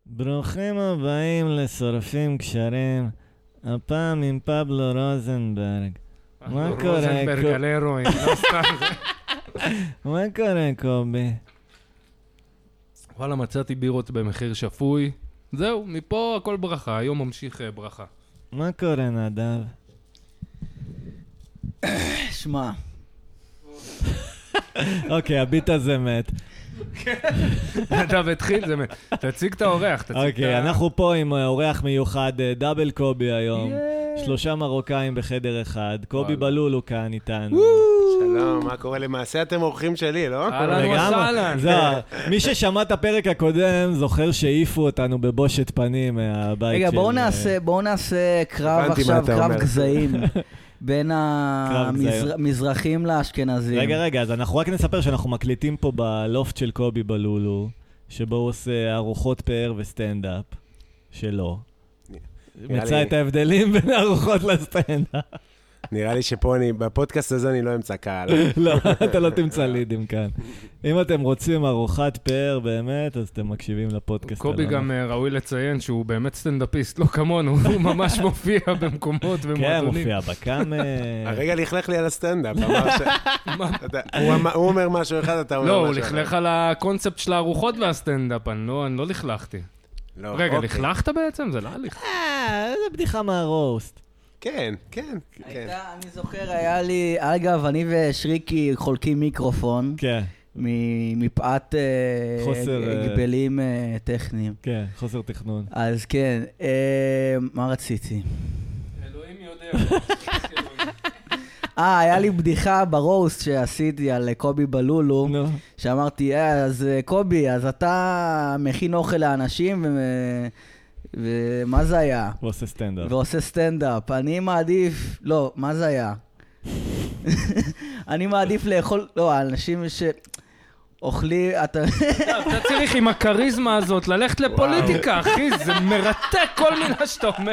ברוכים הבאים לשורפים קשרים, הפעם עם פבלו רוזנברג. מה קורה? רוזנברג על הרואין, לא סתם זה. מה קורה, קובי? וואלה, מצאתי בירות במחיר שפוי. זהו, מפה הכל ברכה, היום ממשיך ברכה. מה קורה, נדב? שמע. אוקיי, הביט הזה מת. נדב התחיל, זה מת. תציג את האורח, אוקיי, אנחנו פה עם אורח מיוחד, דאבל קובי היום. 3 מרוקאים בחדר אחד. קובי בלולו כאן איתנו. שלום, מה קורה? למעשה אתם אורחים שלי, לא? אהלן וסהלן. מי ששמע את הפרק הקודם זוכר שהעיפו אותנו בבושת פנים מהבית של... רגע, בואו נעשה קרב עכשיו, קרב גזעים. בין המזרחים לאשכנזים. רגע, אז אנחנו רק נספר שאנחנו מקליטים פה בלופט של קובי בלולו, שבו הוא עושה ארוחות פאר וסטנדאפ שלו. מצא את ההבדלים בין ארוחות לסטנדאפ. נראה לי שפה בפודקאסט הזה אני לא אמצא קהל. לא, אתה לא תמצא לידים כאן. אם אתם רוצים ארוחת פאר באמת, אז אתם מקשיבים לפודקאסט. קובי גם ראוי לציין שהוא באמת סטנדאפיסט, לא כמונו, הוא ממש מופיע במקומות ומועדונים. כן, מופיע בקאמר. הרגע לכלך לי על הסטנדאפ, הוא אומר משהו אחד, אתה אומר משהו אחד. לא, הוא לכלך על הקונספט של הארוחות והסטנדאפ, אני לא לכלכתי. רגע, לכלכת בעצם? זה לא הליך. זה בדיחה מהרוסט. כן. אני זוכר, היה לי, אגב, אני ושריקי חולקים מיקרופון. כן. מפאת גבלים טכניים. כן, חוסר תכנון. אז כן, מה רציתי? אלוהים יודע. היה לי בדיחה ברוסט שעשיתי על קובי בלולו, שאמרתי, אז קובי, אז אתה מכין אוכל לאנשים ומה זה היה? ועושה סטנדאפ. אני מעדיף... לא, מה זה היה? אני מעדיף לאכול... לא, אנשים שאוכלי... אתה צריך עם הקריזמה הזאת ללכת לפוליטיקה, אחי. זה מרתק כל מילה שאתה אומר.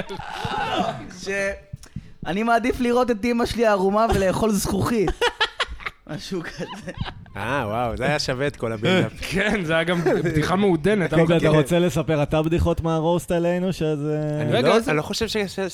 אני מעדיף לראות את אמא שלי ערומה ולאכול זכוכית. משהו כזה. וואו, זה היה שווה את כל הבילדאפ. כן, זה היה גם בדיחה מעודנת. אתה רוצה לספר אתה בדיחות מהרוסט עלינו? אני לא חושב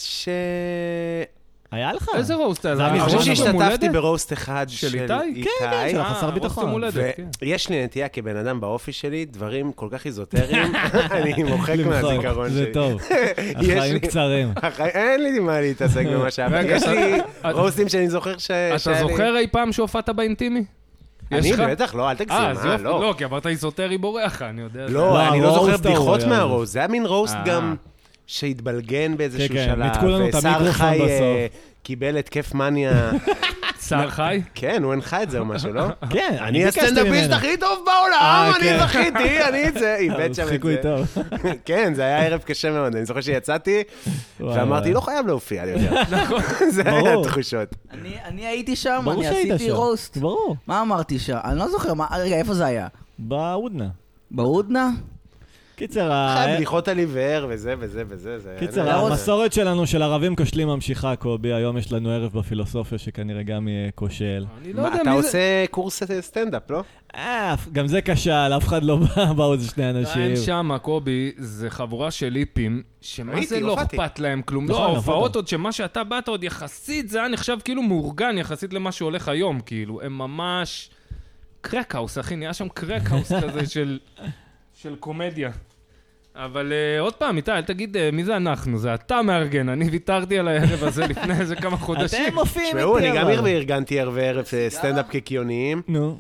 היה לך? איזה רוסט? אני חושב שהשתתפתי ברוסט אחד של איתי. כן, של החסר ביטחון. ויש לי נטייה כבן אדם באופי שלי, דברים כל כך איזוטריים, אני מוחק מהזיכרון שלי. זה טוב, החיים קצרים. אין לי מה להתעסק במה שהיה. יש לי רוסטים שאני זוכר אתה זוכר אי פעם שהופעת באינטימי? אני בטח, לא, אל תגזים, לא, כי עברת איזוטרי בורח, אני יודע. לא, אני לא זוכר בדיחות מהרוסט, זה היה מין רוסט גם שהתבלגן באיזשהו שלב, ושר חי קיבל התקף מניה. שר חי? כן, הוא הנחה את זה או משהו, לא? כן, אני הסטנדאפיסט הכי טוב בעולם, אני זכיתי, אני את זה, איבד שם את זה. כן, זה היה ערב קשה מאוד, אני זוכר שיצאתי, ואמרתי, לא חייב להופיע, אני יודע. זה היה התחושות. אני הייתי שם, אני עשיתי רוסט. ברור. מה אמרתי שם? אני לא זוכר, רגע, איפה זה היה? בהודנה. בהודנה? קיצר, בדיחות על עיוור וזה. קיצר, המסורת שלנו של ערבים כושלים ממשיכה, קובי. היום יש לנו ערב בפילוסופיה שכנראה גם יהיה כושל. אתה עושה קורס סטנדאפ, לא? גם זה כשל, אף אחד לא בא עוד שני אנשים. אין שם, קובי, זה חבורה של ליפים, שמה זה לא אכפת להם כלום. לא, ההופעות עוד שמה שאתה באת עוד יחסית, זה היה נחשב כאילו מאורגן יחסית למה שהולך היום, כאילו. הם ממש קרקהאוס, אחי, נהיה שם קרקהאוס כזה של קומדיה. אבל עוד פעם, איתי, אל תגיד מי זה אנחנו, זה אתה מארגן, אני ויתרתי על הערב הזה לפני איזה כמה חודשים. אתם מופיעים איתי. שמעו, אני גם ארגנתי ערב סטנדאפ כקיוניים. נו.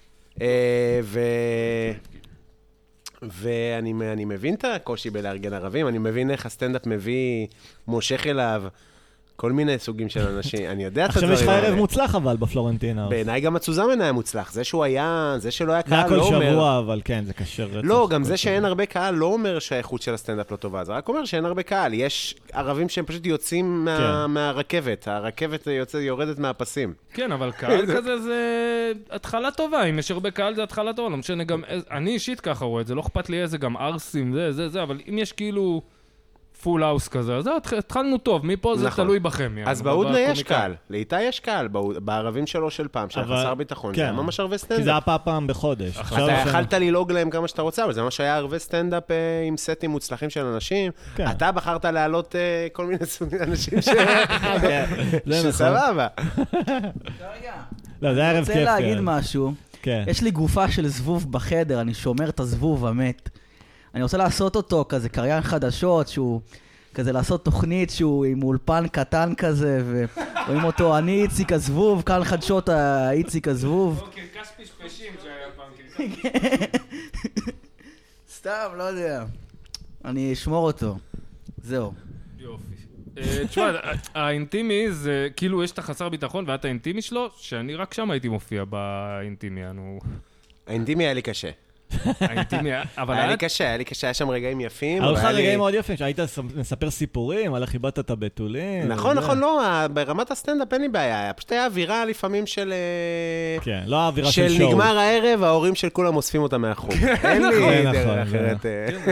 ואני מבין את הקושי בלארגן ערבים, אני מבין איך הסטנדאפ מביא, מושך אליו, כל מיני סוגים של אנשים, אני יודע את הדברים. עכשיו יש לך ערב מוצלח אבל בפלורנטינה. בעיניי גם הצוזמן היה מוצלח, זה שלא היה קהל לא אומר... זה הכל שבוע, אבל כן, זה קשר רצח. לא, גם זה שאין הרבה קהל לא אומר שהאיכות של הסטנדאפ לא טובה, זה רק אומר שאין הרבה קהל, יש ערבים שהם פשוט יוצאים מהרכבת, הרכבת יורדת מהפסים. כן, אבל קהל כזה זה התחלה טובה, אם יש הרבה קהל זה התחלה טובה, לא משנה גם, אני אישית ככה רואה את זה, לא אכפת לי איזה גם ארסים, זה, אבל אם יש כאילו פול האוס כזה, אז התחלנו טוב, מפה זה תלוי בכם. אז בהודנה יש קהל, לאיתה יש קהל, בערבים שלו של פעם, של חסר ביטחון, זה ממש ערבי סטנדאפ. כי זה היה פעם בחודש. אתה יכלת ללעוג להם כמה שאתה רוצה, אבל זה ממש היה ערבי סטנדאפ עם סטים מוצלחים של אנשים. אתה בחרת להעלות כל מיני אנשים שסבבה. לא, זה היה ערב כיף. אני רוצה להגיד משהו. יש לי גופה של זבוב בחדר, אני שומר את הזבוב המת. אני רוצה לעשות אותו כזה קריין חדשות, שהוא כזה לעשות תוכנית שהוא עם אולפן קטן כזה, ורואים אותו, אני איציק הזבוב, כאן חדשות איציק הזבוב. קרקס פשפשים שהיה פעם. סתם, לא יודע. אני אשמור אותו. זהו. יופי. תשמע, האינטימי זה, כאילו יש את החסר ביטחון ואת האינטימי שלו, שאני רק שם הייתי מופיע באינטימי. האינטימי היה לי קשה. היה לי קשה, היה שם רגעים יפים. היה לך רגעים מאוד יפים, שהיית מספר סיפורים, על איך איבדת את הבתולים. נכון, לא, ברמת הסטנדאפ אין לי בעיה, פשוט היה אווירה לפעמים של... כן, לא האווירה של שואו. של נגמר הערב, ההורים של כולם אוספים אותם מאחור. אין לי דרך אחרת.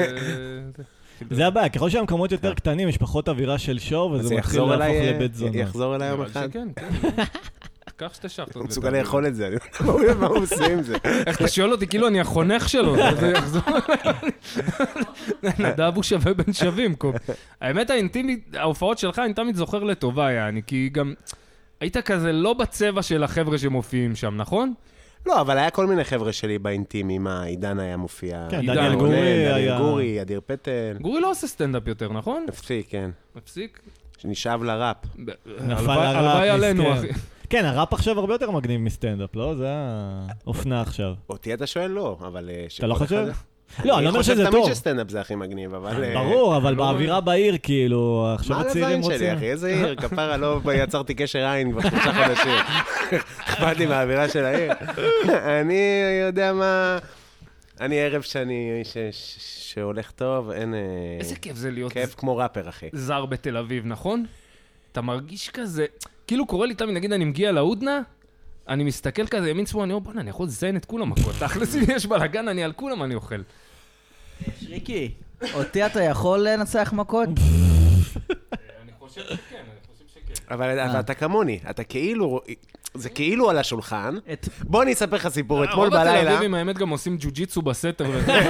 זה הבעיה, ככל שהמקומות יותר קטנים, יש פחות אווירה של שואו, וזה מתחיל להפוך לבית זונה. יחזור אליי יום אחד. כן, כן. כך שתי שחטות. הוא מסוגל לאכול את זה, אני לא יודע מה הוא עושה עם זה. איך אתה שואל אותי, כאילו אני החונך שלו, זה יחזור אליי. נדב הוא שווה בין שווים. האמת האינטימית, ההופעות שלך אני תמיד זוכר לטובה, יעני, כי גם היית כזה לא בצבע של החבר'ה שמופיעים שם, נכון? לא, אבל היה כל מיני חבר'ה שלי באינטימי, מה, עידן היה מופיע. כן, דניאל גורי, אדיר פטל. גורי לא עושה סטנדאפ יותר, נכון? הפסיק, כן. הפסיק? שנשאב לראפ. הלוואי עלינו, אחי. כן, הראפ עכשיו הרבה יותר מגניב מסטנדאפ, לא? זה האופנה עכשיו. אותי אתה שואל לא, אבל... אתה לא חושב? לא, אני אומר שזה טוב. אני חושב תמיד שסטנדאפ זה הכי מגניב, אבל... ברור, אבל באווירה בעיר, כאילו, עכשיו הצעירים רוצים... מה לבן שלי, אחי? איזה עיר? כפרה, לא יצרתי קשר עין כבר 3 חודשים. אכפת לי מהאווירה של העיר. אני יודע מה... אני ערב שהולך טוב, אין... איזה כיף זה להיות... כיף כמו ראפר, אחי. זר בתל אביב, נכון? אתה מרגיש כזה... כאילו קורא לי תמיד, נגיד אני מגיע להודנה, אני מסתכל כזה ימין שמאל, אני אומר, בוא'נה, אני יכול לזיין את כולם מכות. תכלס, אם יש בלגן, אני על כולם אני אוכל. שריקי, אותי אתה יכול לנצח מכות? אני חושב שכן. אבל אתה כמוני, אתה כאילו... זה כאילו על השולחן. בוא אני אספר לך סיפור, אתמול בלילה... רוב התל אביבים האמת גם עושים ג'ו-ג'יצו בסתר.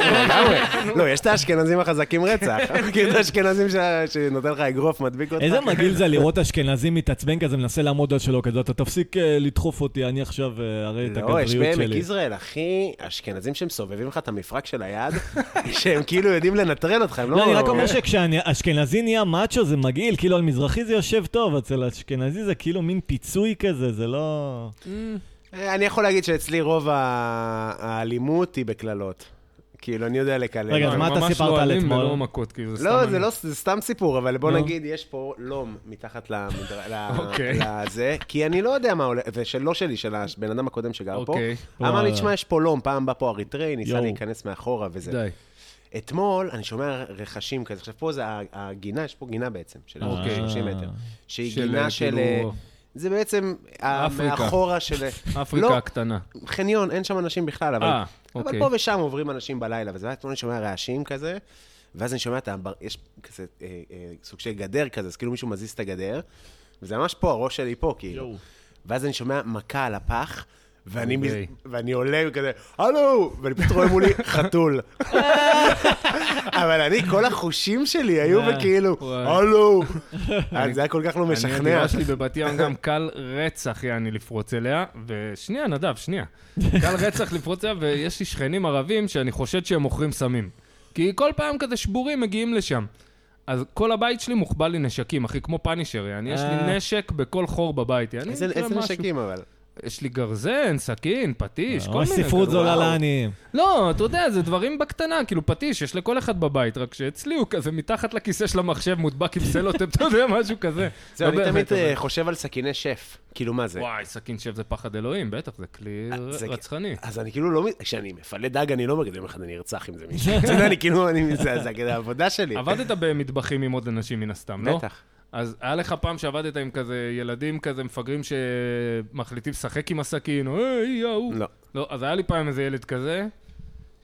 לא, יש את האשכנזים החזקים רצח. כאילו את האשכנזים שנותן לך אגרוף, מדביק אותך. איזה מגעיל זה לראות אשכנזים מתעצבן כזה, מנסה לעמוד על שלו כזה, אתה תפסיק לדחוף אותי, אני עכשיו אראה את הגבריות שלי. לא, יש בעמק יזרעאל, אחי, אשכנזים שהם סובבים לך את המפרק של היד, שהם כאילו יודעים לנטרל אותך, הם לא... לא, אני רק אומר שכשאשכנזי נהיה מאצ'ו זה מגעיל, כאילו על מזרחי זה יושב טוב, אצל אשכנזי זה כאילו מין פיצוי כזה, זה לא... אני יכול להגיד שאצלי רוב האלימות היא בכללות. כאילו, אני יודע לקלל. רגע, אז מה אתה סיפרת על אתמול? לא, זה סתם סיפור, אבל בוא נגיד, יש פה לום מתחת לזה, כי אני לא יודע מה עולה, ושלא שלי, של הבן אדם הקודם שגר פה, אמר לי, תשמע, יש פה לום, פעם בא פה אריתראי, ניסה להיכנס מאחורה וזה. די. אתמול, אני שומע רכשים כזה, עכשיו פה זה הגינה, יש פה גינה בעצם, של 30 מטר, שהיא גינה של... זה בעצם מאחורה של... אפריקה הקטנה. חניון, אין שם אנשים בכלל, אבל פה ושם עוברים אנשים בלילה, וזה אני שומע רעשים כזה, ואז אני שומע, יש כזה סוג של גדר כזה, אז כאילו מישהו מזיז את הגדר, וזה ממש פה, הראש שלי פה, כאילו. ואז אני שומע מכה על הפח, ואני עולה כזה, הלו, ואני פשוט רואה מולי חתול. אבל אני, כל החושים שלי היו בכאילו, הלו. אז זה היה כל כך לא משכנע. אני הדירה שלי בבת ים גם קל רצח יעני לפרוץ אליה, ושנייה, נדב, שנייה. קל רצח לפרוץ אליה, ויש לי שכנים ערבים שאני חושד שהם מוכרים סמים. כי כל פעם כזה שבורים מגיעים לשם. אז כל הבית שלי מוכבל לי נשקים, אחי, כמו פאנישר, יעני. יש לי נשק בכל חור בבית, יעני. איזה נשקים אבל? יש לי גרזן, סכין, פטיש, כל מיני. ספרות זולה לעניים. לא, אתה יודע, זה דברים בקטנה, כאילו פטיש, יש לכל אחד בבית, רק שאצלי הוא כזה מתחת לכיסא של המחשב, מודבק עם סלוטפ, אתה יודע, משהו כזה. זהו, אני תמיד חושב על סכיני שף, כאילו מה זה? וואי, סכין שף זה פחד אלוהים, בטח, זה כלי רצחני. אז אני כאילו לא, כשאני מפלה דג, אני לא מגד יום אחד, אני ארצח עם זה מישהו. אתה יודע, אני כאילו, זה העבודה שלי. עבדת במטבחים עם עוד אנשים מן הסתם, לא? בטח. אז היה לך פעם שעבדת עם כזה ילדים כזה מפגרים שמחליטים לשחק עם הסכין, או יאו. לא. לא, אז היה לי פעם איזה ילד כזה,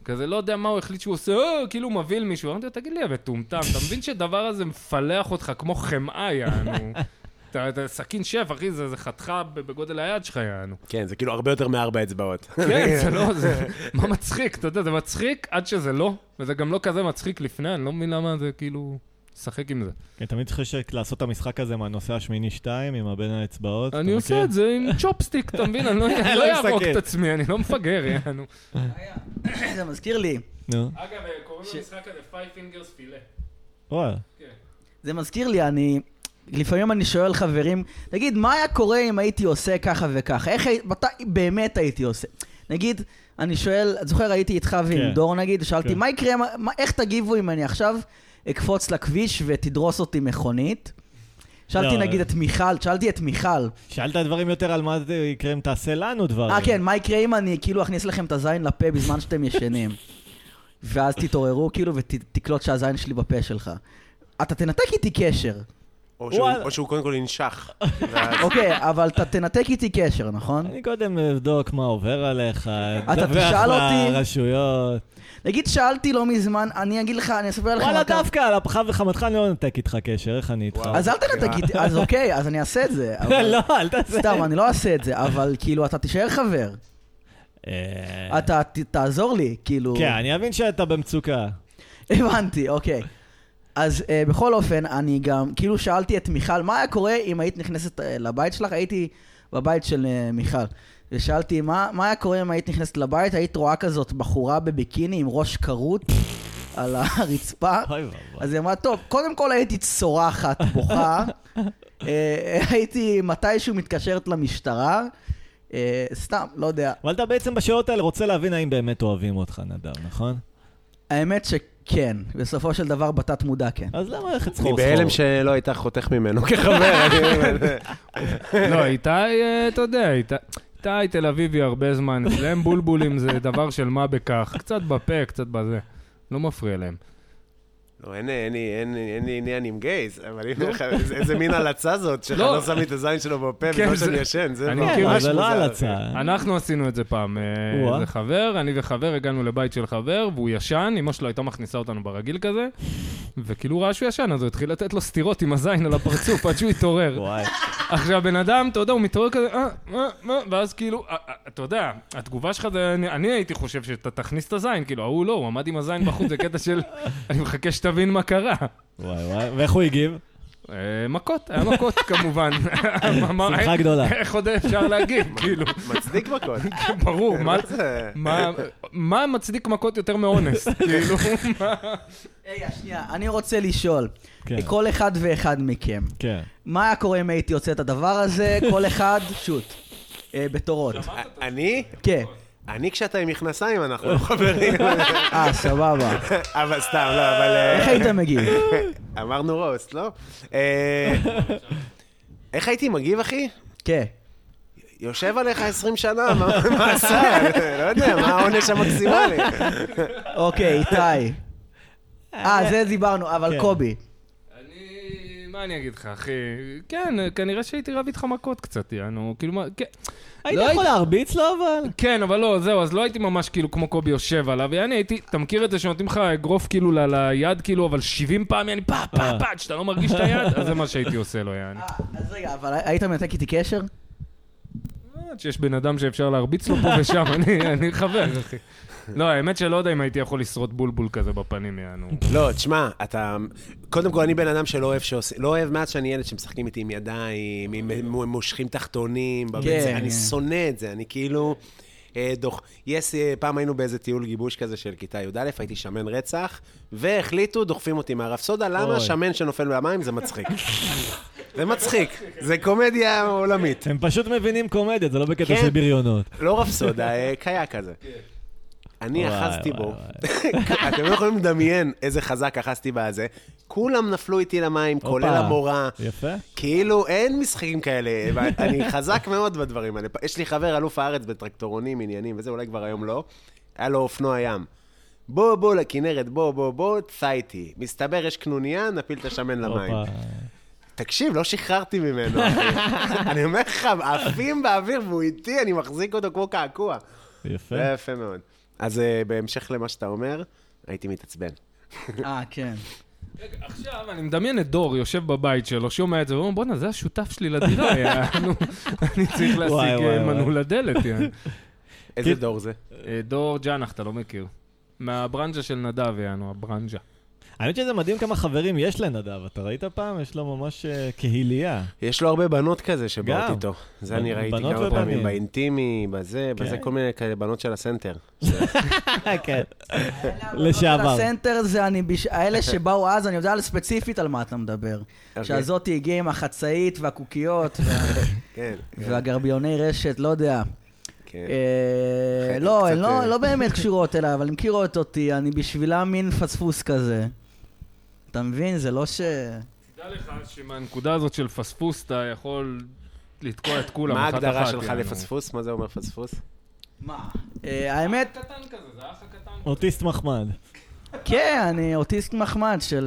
כזה לא יודע מה הוא החליט שהוא עושה, כאילו הוא מביא מישהו. אמרתי לו, תגיד לי, וטומטם, אתה מבין שדבר הזה מפלח אותך כמו חמאה, יענו. אתה סכין שף, אחי, זה חתכה בגודל היד שלך, יענו. כן, זה כאילו הרבה יותר מ4 אצבעות. כן, זה לא, זה... מה מצחיק? אתה יודע, זה מצחיק עד שזה לא, וזה גם לא כזה מצחיק לפני, אני לא מבין למה זה כאילו... שחק עם זה. כן, תמיד צריך לעשות את המשחק הזה מהנושא השמיני 2, עם הבין האצבעות. אני עושה את זה עם צ'ופסטיק, אתה מבין? אני לא יערוק את עצמי, אני לא מפגר, יענו. זה מזכיר לי. אגב, קוראים למשחק הזה 5 fingers filet. וואו. זה מזכיר לי, לפעמים אני שואל חברים, נגיד, מה היה קורה אם הייתי עושה ככה וככה? מתי באמת הייתי עושה? נגיד, אני שואל, את זוכר, הייתי איתך ועם דור, נגיד, שאלתי, מה יקרה, איך תגיבו אם אני עכשיו אקפוץ לכביש ותדרוס אותי מכונית? שאלתי נגיד את מיכל, שאלתי את מיכל. שאלת דברים יותר על מה זה יקרה אם תעשה לנו דברים. כן, מה יקרה אם אני כאילו אכניס לכם את הזין לפה בזמן שאתם ישנים? ואז תתעוררו כאילו ותקלוט שהזין שלי בפה שלך. אתה תנתק איתי קשר. או שהוא קודם כל ינשך. אוקיי, אבל אתה תנתק איתי קשר, נכון? אני קודם אבדוק מה עובר עליך, אתה תשאל אותי... לרשויות. נגיד, שאלתי לא מזמן, אני אגיד לך, אני אספר לך... וואלה, דווקא, על אפך וחמתך אני לא נתק איתך קשר, איך אני איתך? אז אל תנתק איתי, אז אוקיי, אז אני אעשה את זה. לא, אל תעשה. סתם, אני לא אעשה את זה, אבל כאילו, אתה תישאר חבר. אתה תעזור לי, כאילו... כן, אני אבין שאתה במצוקה. הבנתי, אוקיי. אז בכל אופן, אני גם, כאילו שאלתי את מיכל, מה היה קורה אם היית נכנסת לבית שלך? הייתי בבית של מיכל. ושאלתי, מה היה קורה אם היית נכנסת לבית? היית רואה כזאת בחורה בביקיני עם ראש קרוט על הרצפה. אז היא אמרה, טוב, קודם כל הייתי צורחת, בוכה. הייתי מתישהו מתקשרת למשטרה. סתם, לא יודע. אבל אתה בעצם בשאלות האלה רוצה להבין האם באמת אוהבים אותך, נדב, נכון? האמת שכן, בסופו של דבר בתת מודע כן. אז למה איך צחור? אני בהלם שלא הייתה חותך ממנו כחבר. לא, איתי, אתה יודע, איתי תל אביבי הרבה זמן, אצלם בולבולים זה דבר של מה בכך, קצת בפה, קצת בזה, לא מפריע להם. לא, אין לי עניין עם גייז, אבל איזה מין הלצה זאת, שלא שם לי את הזין שלו בפה בזמן שאני ישן, זה ממש לא הלצה. אנחנו עשינו את זה פעם, זה חבר, אני וחבר הגענו לבית של חבר, והוא ישן, אמא שלו הייתה מכניסה אותנו ברגיל כזה, וכאילו ראה שהוא ישן, אז הוא התחיל לתת לו סתירות עם הזין על הפרצוף, עד שהוא התעורר. עכשיו, בן אדם, אתה יודע, הוא מתעורר כזה, ואז כאילו, אתה יודע, התגובה שלך זה, אני הייתי חושב שאתה תכניס את הזין, כאילו, הוא לא, הוא עמד עם הזין בחוץ, זה קטע של, אני מחכה שתבין מה קרה. וואי, ואיך הוא הגיב? מכות, היה מכות כמובן. שמחה גדולה. איך עוד אפשר להגיב, כאילו. מצדיק מכות. ברור, מה מצדיק מכות יותר מאונס? כאילו, מה... שנייה, אני רוצה לשאול, כל אחד ואחד מכם, מה היה קורה אם הייתי יוצא את הדבר הזה? כל אחד, שוט, בתורות. אני? כן. אני כשאתה עם מכנסיים, אנחנו לא חברים. סבבה. אבל סתם, לא, אבל... איך היית מגיב? אמרנו רוסט, לא? איך הייתי מגיב, אחי? כן. יושב עליך 20 שנה, מה עשה? לא יודע, מה העונש המקסימלי? אוקיי, איתי. זה דיברנו, אבל קובי. מה אני אגיד לך, אחי? כן, כנראה שהייתי רב איתך מכות קצת, יענו, כאילו מה... היית יכול להרביץ לו, אבל... כן, אבל לא, זהו, אז לא הייתי ממש כאילו כמו קובי יושב עליו, ואני הייתי, אתה מכיר את זה שנותנים לך אגרוף כאילו ליד, כאילו, אבל 70 פעם, יעני, פאפ, שאתה לא מרגיש את היד, אז זה מה שהייתי עושה לו, יעני. אז רגע, אבל היית מנתק איתי קשר? שיש בן אדם שאפשר להרביץ לו פה ושם, אני חבר, אחי. לא, האמת שלא יודע אם הייתי יכול לשרוד בולבול כזה בפנים, יענו. לא, תשמע, אתה... קודם כל, אני בן אדם שלא אוהב לא אוהב מעט שאני ילד שמשחקים איתי עם ידיים, עם מושכים תחתונים, אני שונא את זה, אני כאילו... פעם היינו באיזה טיול גיבוש כזה של כיתה י"א, הייתי שמן רצח, והחליטו, דוחפים אותי מהרפסודה, למה שמן שנופל מהמים זה מצחיק. זה מצחיק, זה קומדיה עולמית. הם פשוט מבינים קומדיה, זה לא בקטע של בריונות. לא רפסודה, קיה כזה. אני אחזתי בו. אתם לא יכולים לדמיין איזה חזק אחזתי בזה. כולם נפלו איתי למים, כולל המורה. יפה. כאילו, אין משחקים כאלה. אני חזק מאוד בדברים האלה. יש לי חבר אלוף הארץ בטרקטורונים, עניינים, וזה אולי כבר היום לא. היה לו אופנוע ים. בוא לכנרת, בוא, צייתי. מסתבר, יש קנוניה, נפיל את השמן למים. תקשיב, לא שחררתי ממנו. אני אומר לך, עפים באוויר, והוא איתי, אני מחזיק אותו כמו קעקוע. יפה. יפה מאוד. אז בהמשך למה שאתה אומר, הייתי מתעצבן. כן. רגע, עכשיו אני מדמיין את דור, יושב בבית שלו, שומע את זה, ואומר, בוא'נה, זה השותף שלי לדירה, אני צריך להשיג מנעול לדלת. איזה דור זה? דור ג'אנח, אתה לא מכיר. מהברנג'ה של נדב, הברנג'ה. האמת שזה מדהים כמה חברים יש לנדב, אתה ראית פעם? יש לו ממש קהילייה. יש לו הרבה בנות כזה שבאות איתו. זה אני ראיתי כמה פעמים, באינטימי, בזה כל מיני כאלה בנות של הסנטר. כן, לשעבר. הסנטר זה האלה שבאו אז, אני יודע ספציפית על מה אתה מדבר. שהזאת הגיעה עם החצאית והקוקיות והגרביוני רשת, לא יודע. לא באמת קשורות אליי, אבל הם מכירות אותי, אני בשבילה מין פספוס כזה. אתה מבין? זה לא תדע לך שמהנקודה הזאת של פספוס אתה יכול לתקוע את כולם. מה ההגדרה שלך לפספוס? מה זה אומר פספוס? מה? האמת... קטן כזה, זה אח הקטן. אוטיסט מחמד. כן, אני אוטיסט מחמד של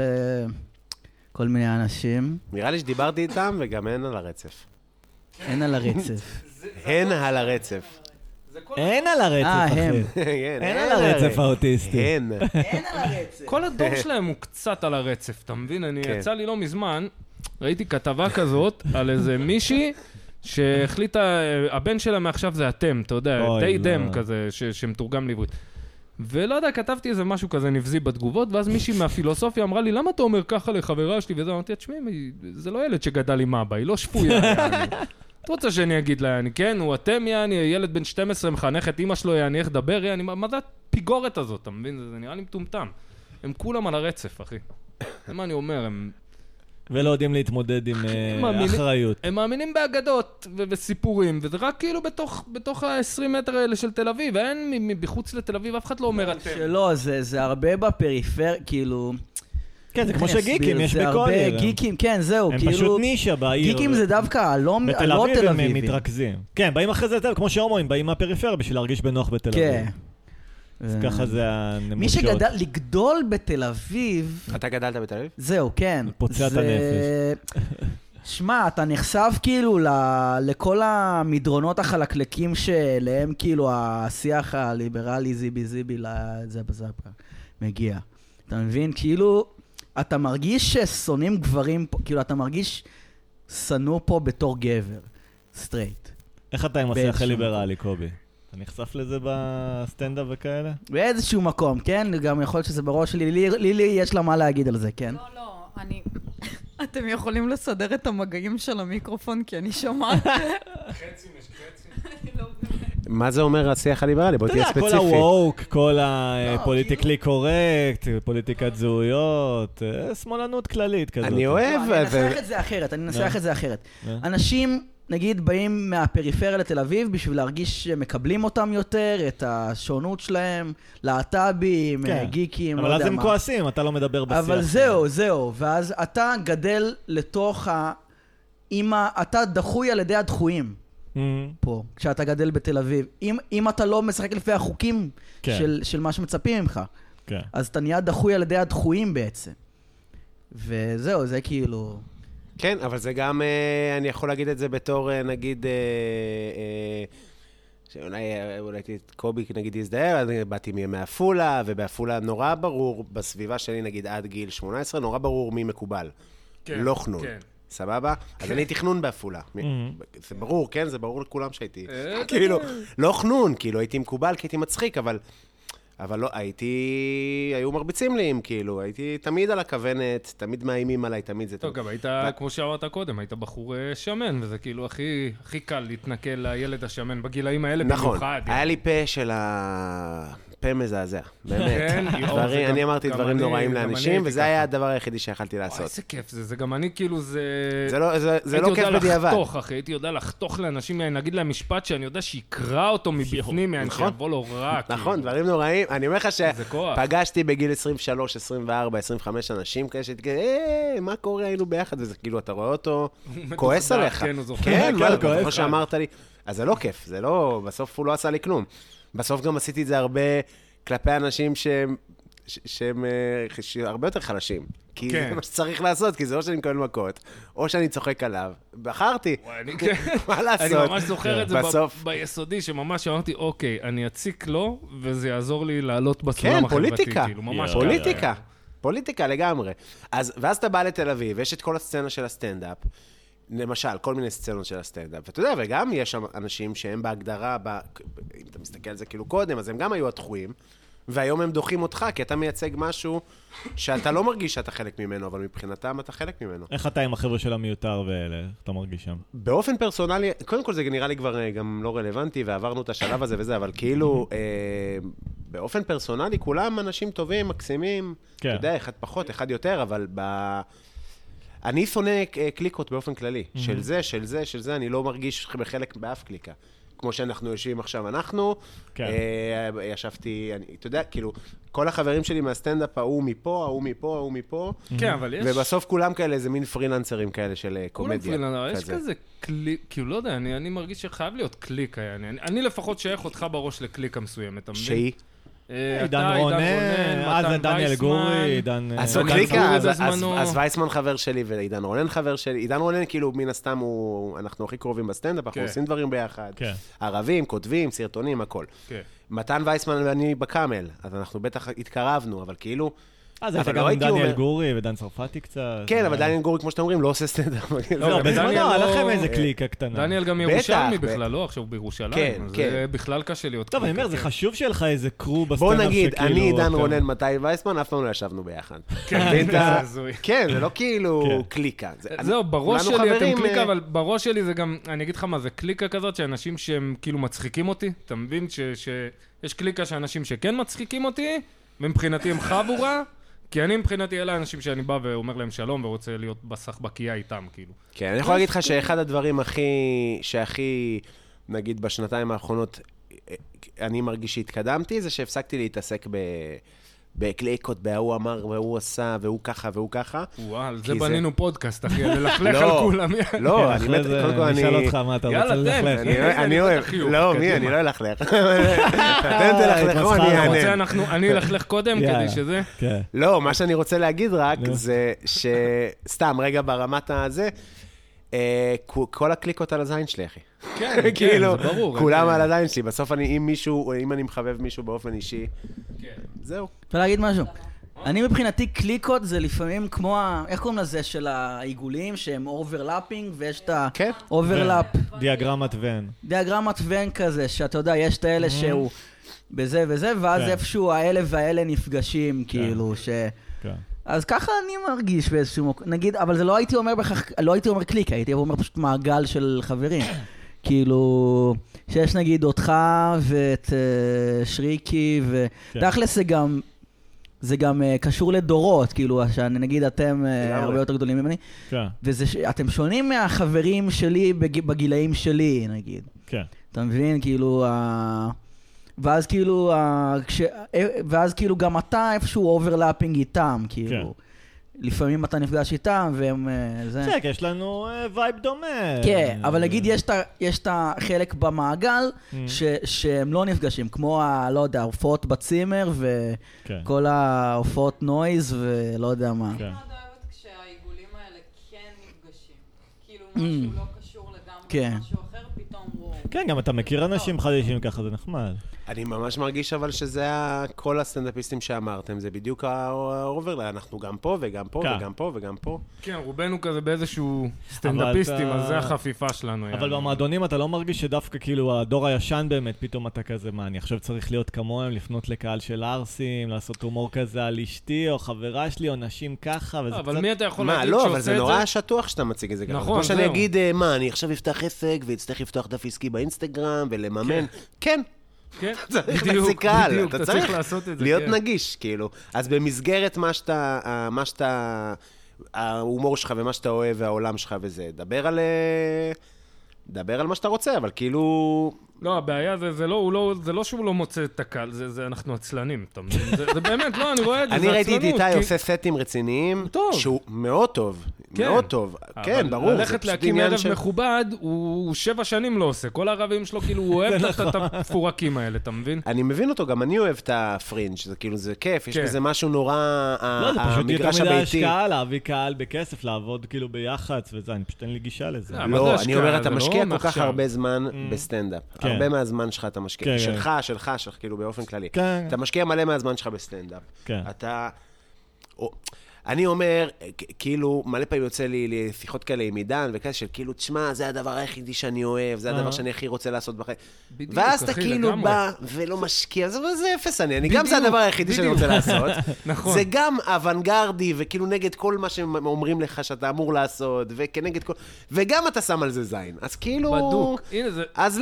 כל מיני אנשים. נראה לי שדיברתי איתם וגם אין על הרצף. אין על הרצף. הן על הרצף. אין על הרצף, אחי. אין על הרצף האוטיסטי. אין על הרצף. כל הדור שלהם הוא קצת על הרצף, אתה מבין? יצא לי לא מזמן, ראיתי כתבה כזאת על איזה מישהי שהחליטה, הבן שלה מעכשיו זה אתם, אתה יודע, די דם כזה, שמתורגם לעברית. ולא יודע, כתבתי איזה משהו כזה נבזי בתגובות, ואז מישהי מהפילוסופיה אמרה לי, למה אתה אומר ככה לחברה שלי? וזה אמרתי, תשמעי, זה לא ילד שגדל עם אבא, היא לא שפויה. אתה רוצה שאני אגיד לה, כן, הוא אתם, ילד בן 12 מחנך את אמא שלו, איך דבר, מה זה הפיגורת הזאת, אתה מבין? זה נראה לי מטומטם. הם כולם על הרצף, אחי. זה מה אני אומר, הם... ולא יודעים להתמודד עם אחריות. הם מאמינים באגדות ובסיפורים, וזה רק כאילו בתוך ה-20 מטר האלה של תל אביב, ואין בחוץ לתל אביב, אף אחד לא אומר אתם. שלא, זה הרבה בפריפר, כאילו... כן, זה כמו שגיקים, יש בכל עיר. גיקים, כן, זהו, הם כאילו... פשוט נישה בעיר. גיקים זה דווקא לא תל אביב. בתל אביב הם מתרכזים. כן, באים אחרי זה, כמו שהומואים, באים מהפריפריה בשביל להרגיש בנוח בתל אביב. כן. אז ככה זה הנמושות. מי שגדל, לגדול בתל אביב... אתה גדלת בתל אביב? זהו, כן. פוצע את הנפש. שמע, אתה נחשף כאילו לכל המדרונות החלקלקים שלהם כאילו השיח הליברלי זיבי לזאפה זאפה מגיע. אתה מבין? כאילו... אתה מרגיש ששונאים גברים פה, כאילו אתה מרגיש שנוא פה בתור גבר, סטרייט. איך אתה עם השיח הליברלי, קובי? אתה נחשף לזה בסטנדאפ וכאלה? באיזשהו מקום, כן? גם יכול להיות שזה בראש שלי. לילי יש לה מה להגיד על זה, כן? לא, אתם יכולים לסדר את המגעים של המיקרופון, כי אני שומעת. חצי. מה זה אומר השיח הליברלי? בוא תהיה ספציפי. כל הווק, כל הפוליטיקלי קורקט, פוליטיקת זהויות, שמאלנות כללית כזאת. אני אוהב... אני אנסח את זה אחרת. אנשים, נגיד, באים מהפריפריה לתל אביב בשביל להרגיש שמקבלים אותם יותר, את השונות שלהם, להט"בים, גיקים, לא יודע מה. אבל אז הם כועסים, אתה לא מדבר בשיח. אבל זהו. ואז אתה גדל לתוך אתה דחוי על ידי הדחויים. פה, כשאתה גדל בתל אביב. אם אתה לא משחק לפי החוקים של מה שמצפים ממך, אז אתה נהיה דחוי על ידי הדחויים בעצם. וזהו, זה כאילו... כן, אבל זה גם, אני יכול להגיד את זה בתור, נגיד, שאולי קובי נגיד יזדהר, אני באתי מאפולה, ובאפולה נורא ברור, בסביבה שלי נגיד עד גיל 18, נורא ברור מי מקובל. לא חנון. סבבה? אז אני תכנון באפולה. זה ברור, כן? זה ברור לכולם שהייתי. כאילו, לא חנון, כאילו, הייתי מקובל, כי הייתי מצחיק, אבל לא, היו מרביצים לי, כאילו, הייתי תמיד על הכוונת, תמיד מאיימים עליי, תמיד זה... טוב, גם היית, כמו שאמרת קודם, היית בחור שמן, וזה כאילו הכי קל להתנקל לילד השמן בגילאים האלה במיוחד. נכון, היה לי פה של פה מזעזע, באמת. אני אמרתי דברים נוראים לאנשים, וזה היה הדבר היחידי שיכלתי לעשות. איזה כיף זה, זה גם אני כאילו, זה לא כיף בדיעבד. הייתי יודע לחתוך לאנשים, נגיד להם משפט שאני יודע שיקרא אותו מבפנים, שיבוא לו רע. נכון, דברים נוראים. אני אומר לך שפגשתי בגיל 23, 24, 25 אנשים כאלה שתגיד, מה קורה, היינו ביחד, וזה כאילו, אתה רואה אותו, כועס עליך. כן, כמו שאמרת לי. אז זה לא כיף, זה לא, בסוף הוא לא עשה לי כלום. בסוף גם עשיתי את זה הרבה כלפי אנשים שהם שהם הרבה יותר חלשים. כי זה מה שצריך לעשות, כי זה או שאני מקבל מכות, או שאני צוחק עליו. בחרתי. מה לעשות? אני ממש זוכר את זה ביסודי, שממש אמרתי, אוקיי, אני אציק לו, וזה יעזור לי לעלות בסולם החברתי. כן, פוליטיקה. פוליטיקה לגמרי. ואז אתה בא לתל אביב, ויש את כל הסצנה של הסטנדאפ, למשל, כל מיני סצנות של הסטנדאפ. ואתה יודע, וגם יש שם אנשים שהם בהגדרה, אם אתה מסתכל על זה כאילו קודם, אז הם גם היו התחויים, והיום הם דוחים אותך, כי אתה מייצג משהו שאתה לא מרגיש שאתה חלק ממנו, אבל מבחינתם אתה חלק ממנו. איך אתה עם החבר'ה של המיותר ואלה, אתה מרגיש שם? באופן פרסונלי, קודם כל זה נראה לי כבר גם לא רלוונטי, ועברנו את השלב הזה וזה, אבל כאילו, באופן פרסונלי, כולם אנשים טובים, מקסימים, אתה יודע, אחד פחות, אחד יותר, אבל אני שונא קליקות באופן כללי, של זה, אני לא מרגיש בחלק באף קליקה. כמו שאנחנו יושבים עכשיו, ישבתי, אתה יודע, כאילו, כל החברים שלי מהסטנדאפ, ההוא מפה, כן, אבל יש... ובסוף כולם כאלה, זה מין פרילנסרים כאלה של קומדיה. כולם פרילנסרים, יש כזה קליק, כאילו, לא יודע, אני מרגיש שחייב להיות קליק, אני לפחות שייך אותך בראש לקליקה מסוימת, אתה מבין? שהיא? עידן רונן, אז דניאל גורי, עידן... אז קליקה, אז וייסמן חבר שלי ועידן רונן חבר שלי. עידן רונן כאילו מן הסתם אנחנו הכי קרובים בסטנדאפ, אנחנו עושים דברים ביחד. ערבים, כותבים, סרטונים, הכל. מתן וייסמן ואני בקאמל, אז אנחנו בטח התקרבנו, אבל כאילו... אז היית גם עם דניאל גורי ודן צרפתי קצת. כן, אבל דניאל גורי, כמו שאתם אומרים, לא עושה סטנדאפ. לא, בזמנו, עליכם איזה קליקה קטנה. דניאל גם ירושלמי בכלל, לא עכשיו בירושלים. זה בכלל קשה להיות. טוב, אני אומר, זה חשוב שיהיה לך איזה קרו בסטנדאפ שכאילו... בוא נגיד, אני, דן רונן, מתי וייסמן, אף פעם לא ישבנו ביחד. כן, זה לא כאילו קליקה. זהו, בראש שלי אתם קליקה, אבל בראש שלי זה גם, אני אגיד לך מה, זה קליקה כזאת שאנשים שהם כאילו מצחיקים אותי, אתה מבין שיש קליקה שאנשים שכן מצחיקים אותי, ומבחינתי הם חבורה, כי אני מבחינתי אלה האנשים שאני בא ואומר להם שלום ורוצה להיות בסחבקייה איתם, כאילו. כן, אני יכול להגיד לך שאחד הדברים שהכי, נגיד, בשנתיים האחרונות, אני מרגיש שהתקדמתי, זה שהפסקתי להתעסק בקליקות, בהוא אמר והוא עשה, והוא ככה והוא ככה. וואו, זה בנינו פודקאסט, אחי, ללכלך על כולם. לא, אני מת, קודם כל אני... נשאל אותך מה אתה רוצה ללכלך. אני אוהב, לא, מי, אני לא אלכלך. אתם תלכלכו, אני אענה. אני אלכלך קודם כדי שזה... לא, מה שאני רוצה להגיד רק, זה שסתם, רגע ברמת הזה, כל הקליקות על הזין שלי, אחי. כן, זה ברור. כולם על הזין שלי. בסוף אם אני מחבב מישהו באופן אישי, זהו. אפשר להגיד משהו? אני מבחינתי קליקות זה לפעמים כמו, איך קוראים לזה של העיגולים שהם אוברלאפינג ויש את האוברלאפ. דיאגרמת ון. דיאגרמת ון כזה, שאתה יודע, יש את האלה שהוא בזה וזה, ואז איפשהו האלה והאלה נפגשים, כאילו, אז ככה אני מרגיש באיזשהו מוקד, נגיד, אבל זה לא הייתי אומר בכך, לא הייתי אומר קליק, הייתי אומר פשוט מעגל של חברים. כאילו, שיש נגיד אותך ואת שריקי, ותכלס זה גם קשור לדורות, כאילו, שנגיד אתם הרבה יותר גדולים ממני, ואתם שונים מהחברים שלי בגילאים שלי, נגיד. אתה מבין? כאילו, ואז כאילו גם אתה איפשהו אוברלאפינג איתם, כאילו. לפעמים אתה נפגש איתם, והם... כן, יש לנו וייב דומה. כן, אבל נגיד יש את החלק במעגל שהם לא נפגשים, כמו, לא יודע, הופעות בצימר, וכל ההופעות נויז, ולא יודע מה. אני מאוד אוהבת כשהעיגולים האלה כן נפגשים. כאילו משהו לא קשור לגמרי, משהו אחר פתאום הוא... כן, גם אתה מכיר אנשים חדשים ככה, זה נחמד. אני ממש מרגיש אבל שזה כל הסטנדאפיסטים שאמרתם, זה בדיוק האוברלה, אנחנו גם פה וגם פה וגם פה וגם פה. כן, רובנו כזה באיזשהו סטנדאפיסטים, אז זה החפיפה שלנו. אבל במועדונים אתה לא מרגיש שדווקא כאילו הדור הישן באמת, פתאום אתה כזה, מה, אני עכשיו צריך להיות כמוהם, לפנות לקהל של ארסים, לעשות הומור כזה על אשתי או חברה שלי או נשים ככה, וזה אבל מי אתה יכול להגיד שעושה את זה? מה, לא, אבל זה נורא שטוח שאתה מציג את זה. נכון, כמו שאני אגיד, מה, אני עכשיו אפתח עסק ואצטרך לפתוח דף עסקי באינסטגרם ולממן. כן. כן, אתה צריך לעשות את זה. להיות נגיש, כאילו. אז במסגרת מה שאתה, ההומור שלך ומה שאתה אוהב והעולם שלך וזה, דבר על מה שאתה רוצה, אבל כאילו... לא, הבעיה זה לא שהוא לא מוצא את הקהל, אנחנו עצלנים, אתה מבין? זה באמת, לא, אני רואה את זה, אני ראיתי את איתי עושה סטים רציניים, שהוא מאוד טוב. מאוד טוב. כן, ברור. ללכת להקים ערב מכובד, הוא 7 שנים לא עושה. כל הערבים שלו, כאילו, הוא אוהב את הפורקים האלה, אתה מבין? אני מבין אותו, גם אני אוהב את הפרינג', זה כאילו, זה כיף, יש בזה משהו נורא, המגרש הביתי. לא, זה פשוט יותר מדי השקעה, להביא קהל בכסף, לעבוד כאילו ביח"צ וזה, אני פשוט אין לי גישה לזה. לא, אני אומר, אתה משקיע כל כך הרבה זמן בסטנדאפ. הרבה מהזמן שלך אתה משקיע. שלך, כאילו, באופן כללי. אתה משקיע מלא מהזמן שלך בסטנדאפ. אתה... אני אומר, כאילו, מלא פעמים יוצא לי לשיחות כאלה עם עידן, וכאלה של כאילו, תשמע, זה הדבר היחידי שאני אוהב, זה הדבר שאני הכי רוצה לעשות בחיים. ואז אתה כאילו בא ולא משקיע, זה אפס אני גם זה הדבר היחידי שאני רוצה לעשות. זה גם אוונגרדי, וכאילו נגד כל מה שאומרים לך שאתה אמור לעשות, וכנגד כל... וגם אתה שם על זה זין. אז כאילו... בדוק. הנה זה... אז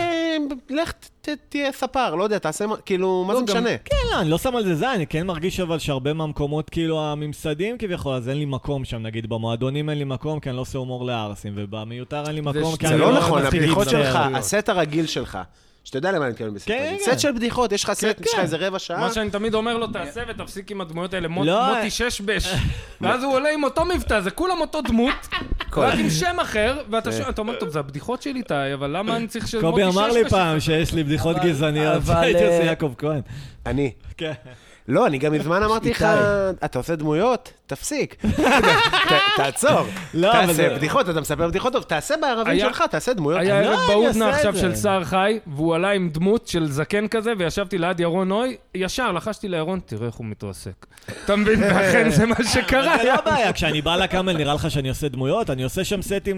לך תהיה ספר, לא יודע, תעשה, כאילו, מה זה משנה? כן, לא, אני לא שם על זה זין, אני כן מרגיש אבל שהרבה מהמקומות, כאילו, הממסדים כביכול, אז אין לי מקום שם, נגיד, במועדונים אין לי מקום, כי אני לא עושה הומור לארסים, ובמיותר אין לי מקום, כי אני לא... זה לא נכון, הבדיחות שלך, הסט הרגיל שלך, שאתה יודע למה אני מתכוון בסיפור. סט של בדיחות, יש לך סט, יש לך איזה רבע שעה. מה שאני תמיד אומר לו, תעשה ותפסיק עם הדמויות האלה, מוטי ששבש, ואז הוא עולה עם אותו מבטא, זה כולם אותו דמות, רק עם שם אחר, ואתה אומר, טוב, זה הבדיחות שלי, תאי, אבל למה אני צריך שמוטי ששבש? קובי אמר לי פעם שיש לי בדיחות גזעניות, הייתי עושה יעקב כהן. אני. כן. לא, אני גם מזמן אמרתי לך, אתה עושה דמויות? תפסיק. תעצור. תעשה בדיחות, אתה מספר בדיחות טוב, תעשה בערבים שלך, תעשה דמויות. היה ערב בהודנה עכשיו של שר חי, והוא עלה עם דמות של זקן כזה, וישבתי ליד ירון נוי, ישר לחשתי לירון, תראה איך הוא מתרסק. אתה מבין, ואכן זה מה שקרה. זה לא בעיה, כשאני בא לקאמל נראה לך שאני עושה דמויות, אני עושה שם סטים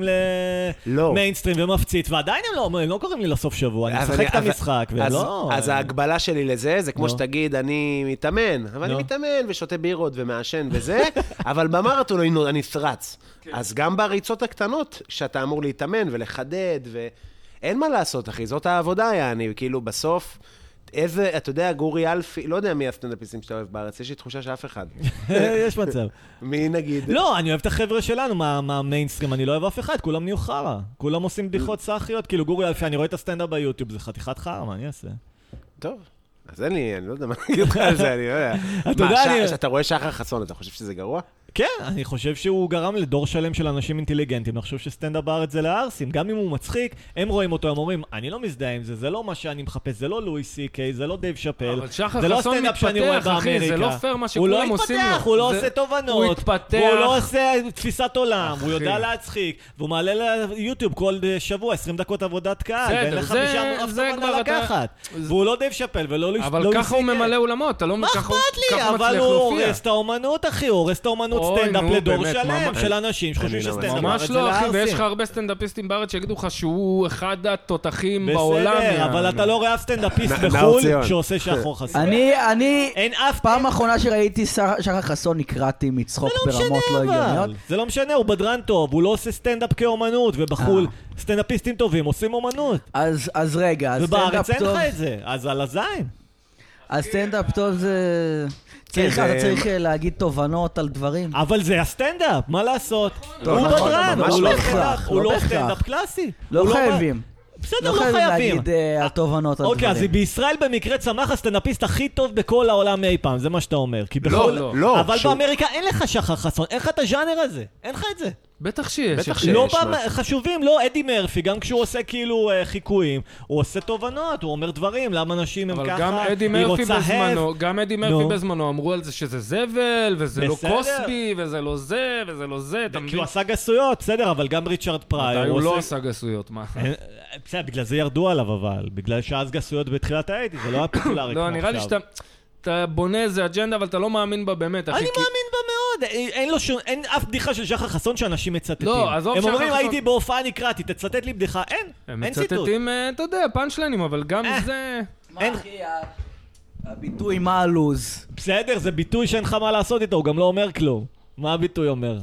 למיינסטרים ומפציץ, ועדיין הם לא קוראים לי לסוף שבוע, אני משחק את המשחק, ולא... אז ההגבלה שלי לזה, זה כמו שתגיד, אני מתאמן, אבל אני מתאמן ושותה בירות ומעשן וזה, אבל במרתון אני רץ. אז גם בריצות הקטנות, שאתה אמור להתאמן ולחדד, ואין מה לעשות, אחי, זאת העבודה, אני כאילו בסוף, איזה, אתה יודע, גורי אלפי, לא יודע מי הסטנדאפיסטים שאתה אוהב בארץ, יש לי תחושה שאף אחד. יש מצב. מי נגיד? לא, אני אוהב את החבר'ה שלנו, מהמיינסטרים, אני לא אוהב אף אחד, כולם נהיו חרא. כולם עושים בדיחות סאחיות, כאילו גורי אלפי, אני רואה את הסטנדאפ ביוטיוב, זה חתיכת חרא, מה אני אעשה? טוב. אז אין לי, אני לא יודע מה להגיד לך על זה, אני לא יודע. מה, אתה רואה שחר חסון, אתה חושב שזה גרוע? כן, אני חושב שהוא גרם לדור שלם של אנשים אינטליגנטים, אני חושב שסטנדאפ בארץ זה לארסים, גם אם הוא מצחיק, הם רואים אותו, הם אומרים, אני לא מזדהה עם זה, זה לא מה שאני מחפש, זה לא לואי סי קיי, זה לא דייב שאפל, זה לא סטנדאפ שאני רואה באמריקה. זה לא פייר מה שכולם עושים לו. הוא לא עושה תובנות, הוא לא עושה תפיסת עולם, הוא יודע להצחיק, והוא מעלה ליוטיוב כל שבוע 20 דקות עבודת קהל, ואין לך משם אף תובנה לקחת. והוא לא דייב שאפל ולא לואי סי קיי. אבל ככה הוא ממלא עולמות, אתה לא מה אכפת לי? אבל הוא הורס את האומנות, אחי, הוא הורס את האומנות סטנדאפ לדור שלם של אנשים שחושבים שסטנדאפ בארץ זה לא אחי, ויש לך הרבה סטנדאפיסטים בארץ שיגידו לך שהוא אחד התותחים בעולם. בסדר, אבל אתה לא רואה אף סטנדאפיסט בחול שעושה שחור חסון. אני, פעם האחרונה שראיתי שחר חסון נקראתי מצחוק ברמות לא הגיוניות. זה לא משנה, הוא בדרן טוב, הוא לא עושה סטנדאפ כאומנות, ובחול סטנדאפיסטים טובים עושים אומנות. אז רגע, ובארץ אין לך את זה, אז על הזין. הסטנדאפ טוב זה... אתה צריך להגיד תובנות על דברים. אבל זה הסטנדאפ, מה לעשות? הוא בדרן, הוא לא סטנדאפ קלאסי. לא חייבים. בסדר, לא חייבים להגיד התובנות על דברים. אוקיי, אז בישראל במקרה צמח הסטנדאפיסט הכי טוב בכל העולם אי פעם, זה מה שאתה אומר. לא. אבל באמריקה אין לך שחר חסון, אין לך את הז'אנר הזה, אין לך את זה. בטח שיש. לא פעם חשובים, לא, אדי מרפי, גם כשהוא עושה כאילו חיקויים, הוא עושה תובנות, הוא אומר דברים, למה אנשים הם ככה, היא רוצה הב. גם אדי מרפי בזמנו אמרו על זה שזה זבל, וזה לא קוסבי, וזה לא זה, וזה לא זה. כי הוא עשה גסויות, בסדר, אבל גם ריצ'רד פרייר. הוא לא עשה גסויות, מה? בסדר, בגלל זה ירדו עליו אבל, בגלל שאז גסויות בתחילת האייטי, זה לא היה פופולרי כמו עכשיו. לא, נראה לי שאתה בונה איזה אג'נדה, אבל אתה לא מאמין בה באמת. אני מאמין בה מאוד. אין אף בדיחה של שחר חסון שאנשים מצטטים. לא, עזוב שחר חסון. הם אומרים, הייתי בהופעה נקראתי, תצטט לי בדיחה. אין ציטוט. הם מצטטים, אתה יודע, פאנצ'ליינים, אבל גם זה... מה אחי, הביטוי מה הלוז? בסדר, זה ביטוי שאין לך מה לעשות איתו, הוא גם לא אומר כלום. מה הביטוי אומר?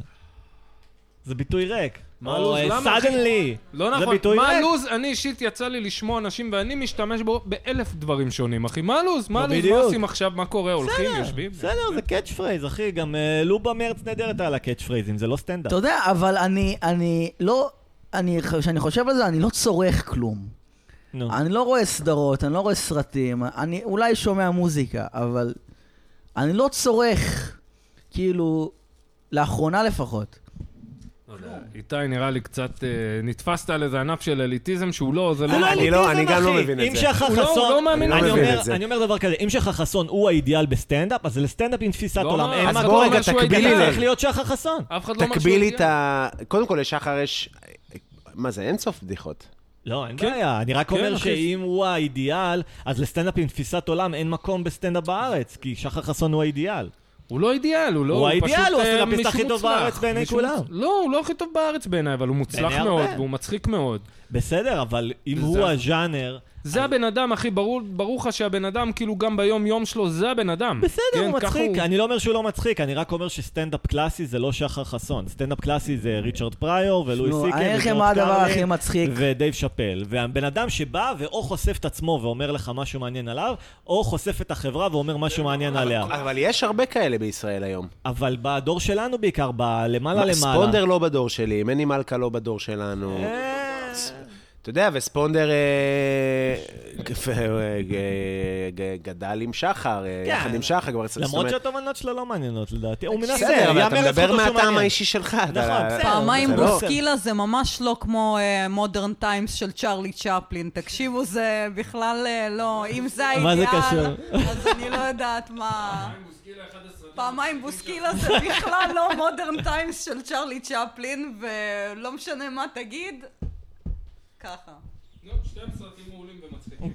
זה ביטוי ריק. מה לוז? למה אחי? לא נכון, מה לוז? אני אישית יצא לי לשמוע אנשים ואני משתמש בו באלף דברים שונים, אחי. מה לוז? מה לוז? מה עושים עכשיו? מה קורה? הולכים? יושבים? בסדר, זה קאץ' פרייז, אחי. גם לובה מרץ נדרת על הקאץ' פרייזים, זה לא סטנדאפ. אתה יודע, אבל אני לא... כשאני חושב על זה, אני לא צורך כלום. אני לא רואה סדרות, אני לא רואה סרטים, אני אולי שומע מוזיקה, אבל אני לא צורך, כאילו, לאחרונה לפחות. איתי נראה לי קצת נתפסת על איזה ענף של אליטיזם שהוא לא, זה לא... אני גם לא מבין את זה. הוא לא מאמין את זה. אני אומר דבר כזה, אם שחר חסון הוא האידיאל בסטנדאפ, אז לסטנדאפ עם תפיסת עולם. אז בוא רגע תקבילי לי. צריך להיות שחר חסון. תקבילי את ה... קודם כל לשחר יש... מה זה, אין סוף בדיחות. לא, אין בעיה. אני רק אומר שאם הוא האידיאל, אז לסטנדאפ עם תפיסת עולם אין מקום בסטנדאפ בארץ, כי שחר חסון הוא האידיאל. הוא לא אידיאל, הוא לא... הוא האידיאל, הוא הסטנדאפיסט הכי טוב בארץ בעיני כולם. לא, הוא לא הכי טוב בארץ בעיני, אבל הוא מוצלח מאוד, והוא מצחיק מאוד. בסדר, אבל אם הוא הז'אנר... זה הבן אדם, אחי, ברור לך שהבן אדם, כאילו גם ביום יום שלו, זה הבן אדם. בסדר, הוא מצחיק. אני לא אומר שהוא לא מצחיק, אני רק אומר שסטנדאפ קלאסי זה לא שחר חסון. סטנדאפ קלאסי זה ריצ'רד פריור ולואי סי.קיי ודייב שאפל. והבן אדם שבא ואו חושף את עצמו ואומר לך משהו מעניין עליו, או חושף את החברה ואומר משהו מעניין עליה. אבל יש הרבה כאלה בישראל היום. אבל בדור שלנו בעיקר, למעלה. ספונדר לא בדור שלי, מני מלכה לא בדור שלנו. אתה יודע, וספונדר גדל עם שחר, יחד עם שחר. למרות שהתובנות שלו לא מעניינות לדעתי. הוא מנסה, בסדר, אבל אתה מדבר מהטעם האישי שלך. פעמיים בוסקילה זה ממש לא כמו מודרן טיימס של צ'רלי צ'פלין. תקשיבו, זה בכלל לא... אם זה האידיאל, אז אני לא יודעת מה... פעמיים בוסקילה זה בכלל לא מודרן טיימס של צ'רלי צ'פלין, ולא משנה מה תגיד. ככה. שתי סרטים מעולים ומצחיקים.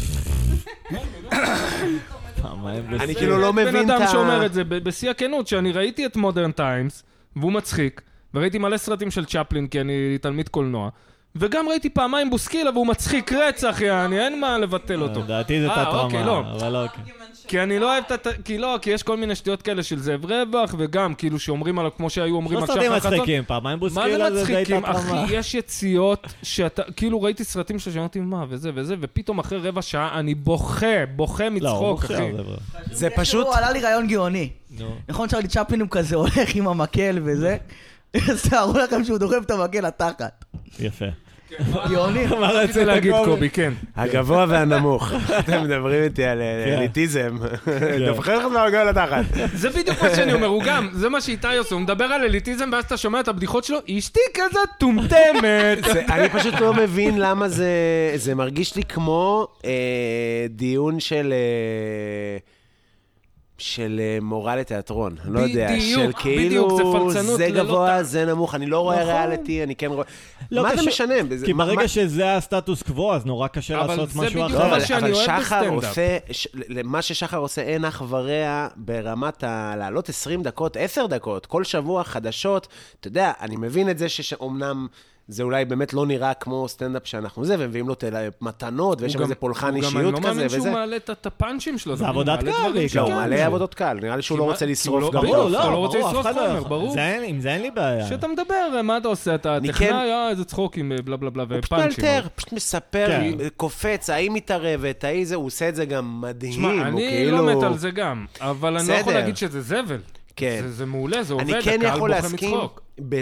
אני כאילו לא מבין את ה... בן אדם שאומר את זה בשיא הכנות, שאני ראיתי את מודרן טיימס, והוא מצחיק, וראיתי מלא סרטים של צ'פלין, כי אני תלמיד קולנוע, וגם ראיתי פעמיים בוסקילה, והוא מצחיק רצח, אין מה לבטל אותו. דעתי זה תת-רמה, אבל אוקיי. כי אני לא אוהב את כי יש כל מיני שטויות כאלה של זאב רווח, וגם כאילו שאומרים עליו כמו שהיו אומרים על שחר חסון. מצחיקים, פעמיים בוסקילה זה די תת-רמה. אחי, יש יציאות שאתה, כאילו ראיתי סרטים שאמרתי מה, וזה וזה, ופתאום אחרי רבע שעה אני בוכה מצחוק, אחי. זה פשוט... עלה לי רעיון גאוני. נכון צ'רלי צ'פלין הוא כזה הולך עם המקל וזה, אז תארו לכם שהוא דוחף את המקל לתחת. יפה. גאוני. מה רצה להגיד קובי, כן. הגבוה והנמוך. אתם מדברים איתי על אליטיזם. דוחף לך מהמקל לתחת. זה בדיוק מה שאני אומר, הוא גם, זה מה שאיתי עושה, הוא מדבר על אליטיזם, ואז אתה שומע את הבדיחות שלו, אשתי כזה טומטמת. אני פשוט לא מבין למה זה מרגיש לי כמו דיון של מורה לתיאטרון, אני לא יודע, של כאילו זה גבוה, זה נמוך, אני לא רואה ריאליטי, אני כן רואה... מה זה משנה? כי ברגע שזה הסטטוס קבוע, אז נורא קשה לעשות משהו אחר. אבל שחר עושה, מה ששחר עושה אין אח ורע ברמת לעלות 20 דקות, 10 דקות, כל שבוע חדשות, אתה יודע, אני מבין את זה שאומנם... זה אולי באמת לא נראה כמו סטנדאפ שאנחנו זה, ומביאים לו מתנות, ויש שם איזה פולחן אישיות כזה, וזה. הוא גם אני לא מאמין שהוא מעלה את הפאנצ'ים שלו. זה עבודת קל. לא, הוא מעלה עבודת קל. נראה לי שהוא לא רוצה לשרוף גם טוב. לא, לא רוצה לשרוף חומר, ברור. עם זה אין לי בעיה. שאתה מדבר, מה אתה עושה? אתה טכנאי, איזה צחוק עם בלה בלה בלה ופאנצ'ים. פשוט מספר, קופץ, האם מתערבת, הוא עושה את זה גם מדהים. שמע, אני לא מת על זה גם, אבל אני לא יכול להגיד שזה זבל. זה מעולה, זה עובד, הקהל בוכה מצחוק.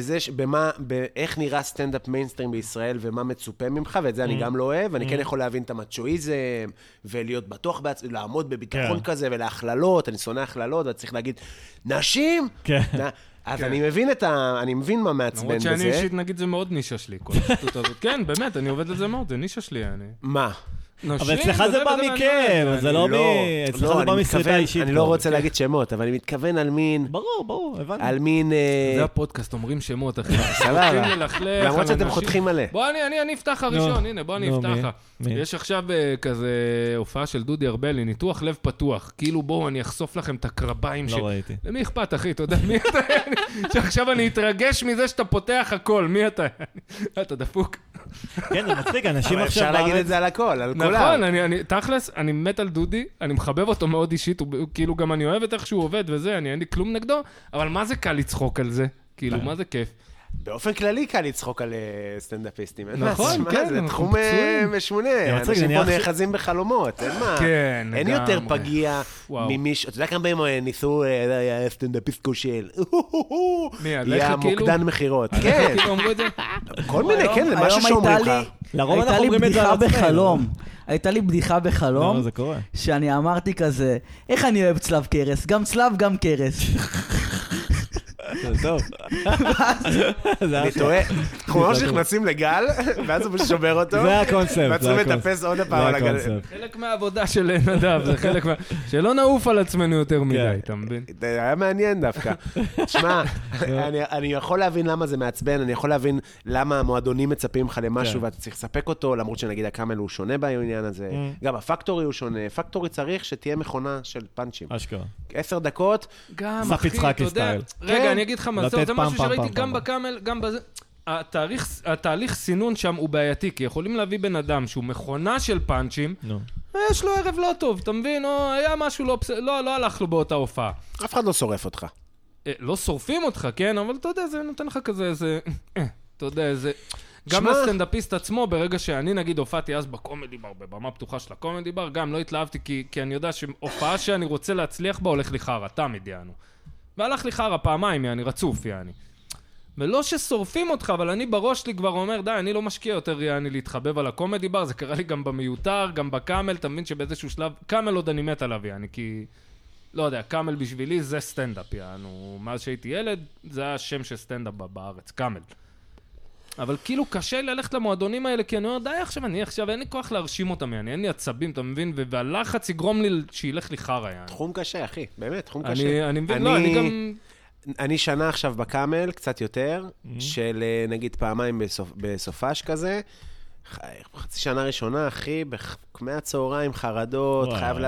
באיך נראה סטנדאפ מיינסטרים בישראל ומה מצופה ממך, ואת זה אני גם לא אוהב, אני כן יכול להבין את המצ'ואיזם, ולהיות בטוח, לעמוד בביטחון כזה, ולהכללות, אני שונא הכללות, ואתה צריך להגיד, נשים! אז אני מבין מה מעצבן בזה. למרות שאני אישית, נגיד, זה מאוד נישה שלי, כל השטות הזאת. כן, באמת, אני עובד על זה מאוד, זה נישה שלי. מה? אבל אצלך זה בא מכם, זה לא אצלך זה בא מסריטה אישית. אני לא רוצה להגיד שמות, אבל אני מתכוון על מין... ברור, הבנתי. על מין... זה הפודקאסט, אומרים שמות, אחי. סבבה. למרות שאתם חותכים מלא. בוא, אני אפתח הראשון, הנה, בוא אני אפתח. יש עכשיו כזה הופעה של דודי ארבלי, ניתוח לב פתוח. כאילו בואו, אני אחשוף לכם את הקרביים לא ראיתי. למי אכפת, אחי? אתה יודע, מי אתה? שעכשיו אני אתרגש מזה שאתה פותח הכל. מי אתה? אתה דפוק. כן, זה מצחיק, אנשים עכשיו... אפשר להגיד את זה על הכל, על כולם. נכון, תכלס, אני מת על דודי, אני מחבב אותו מאוד אישית, כאילו גם אני אוהב את איך שהוא עובד וזה, אין לי כלום נגדו, אבל מה זה קל לצחוק על זה? כאילו, מה זה כיף? באופן כללי קל לצחוק על סטנדאפיסטים. נכון, כן. זה תחום משונה. אנשים פה נאחזים בחלומות, אין מה. כן, אין יותר פגיע ממישהו. אתה יודע כמה בהם ניסו סטנדאפיסט כושל. מי, עליך כאילו? מוקדן מחירות. כן. כל מיני, כן, זה משהו שאומרים לך. לרוב אנחנו אומרים את זה על עצמנו. הייתה לי בדיחה בחלום, שאני אמרתי כזה, איך אני אוהב צלב קרס? גם צלב, גם קרס. זה טוב. אני טועה. אנחנו ממש נכנסים לגל, ואז הוא שומר אותו. זה הקונספט. ועצרו מטפס עוד הפעם על הגל. חלק מהעבודה של נדב, זה חלק שלא נעוף על עצמנו יותר מדי, אתה מבין? זה היה מעניין דווקא. תשמע, אני יכול להבין למה זה מעצבן, אני יכול להבין למה המועדונים מצפים לך למשהו ואתה צריך לספק אותו, למרות שנגיד הקאמל הוא שונה בעניין הזה. גם הפקטורי הוא שונה. פקטורי צריך שתהיה מכונה של פאנצ'ים. אשכרה. 10 דקות. גם, אחי, אתה יודע. רגע, אני אגיד לך מה, זה משהו שראיתי גם בקאמל, גם בזה. התהליך סינון שם הוא בעייתי, כי יכולים להביא בן אדם שהוא מכונה של פאנצ'ים, יש לו ערב לא טוב, אתה מבין? או היה משהו לא הלך לו באותה הופעה. אף אחד לא שורף אותך. לא שורפים אותך, כן? אבל אתה יודע, זה נותן לך כזה איזה... אתה יודע, איזה... גם הסטנדאפיסט עצמו, ברגע שאני נגיד הופעתי אז בקומדי בר, בבמה פתוחה של הקומדי בר, גם לא התלהבתי, כי אני יודע שהופעה שאני רוצה להצליח בה הולך לי חרה, תמיד יענו. והלך לי חרה פעמיים, יעני, רצוף, יעני. ולא ששורפים אותך, אבל אני בראש שלי כבר אומר, די, אני לא משקיע יותר, יעני, להתחבב על הקומדי בר, זה קרה לי גם במיותר, גם בקאמל, אתה מבין שבאיזשהו שלב, קאמל עוד אני מת עליו, יעני, כי... לא יודע, קאמל בשבילי זה סטנדאפ, יענו. מאז שהייתי ילד, זה היה השם של סטנדאפ בארץ, קאמל. אבל כאילו קשה ללכת למועדונים האלה, כי אני אומר, די עכשיו, אין לי כוח להרשים אותם, אין לי עצבים, אתה מבין? והלחץ יגרום לי שילך לי חרה, יעני. תחום קשה, אחי, באמת, תחום קשה. אני מבין, לא, אני גם... אני שנה עכשיו בקאמל, קצת יותר, של נגיד פעמיים בסופש כזה, חצי שנה ראשונה, אחי, מהצהריים חרדות,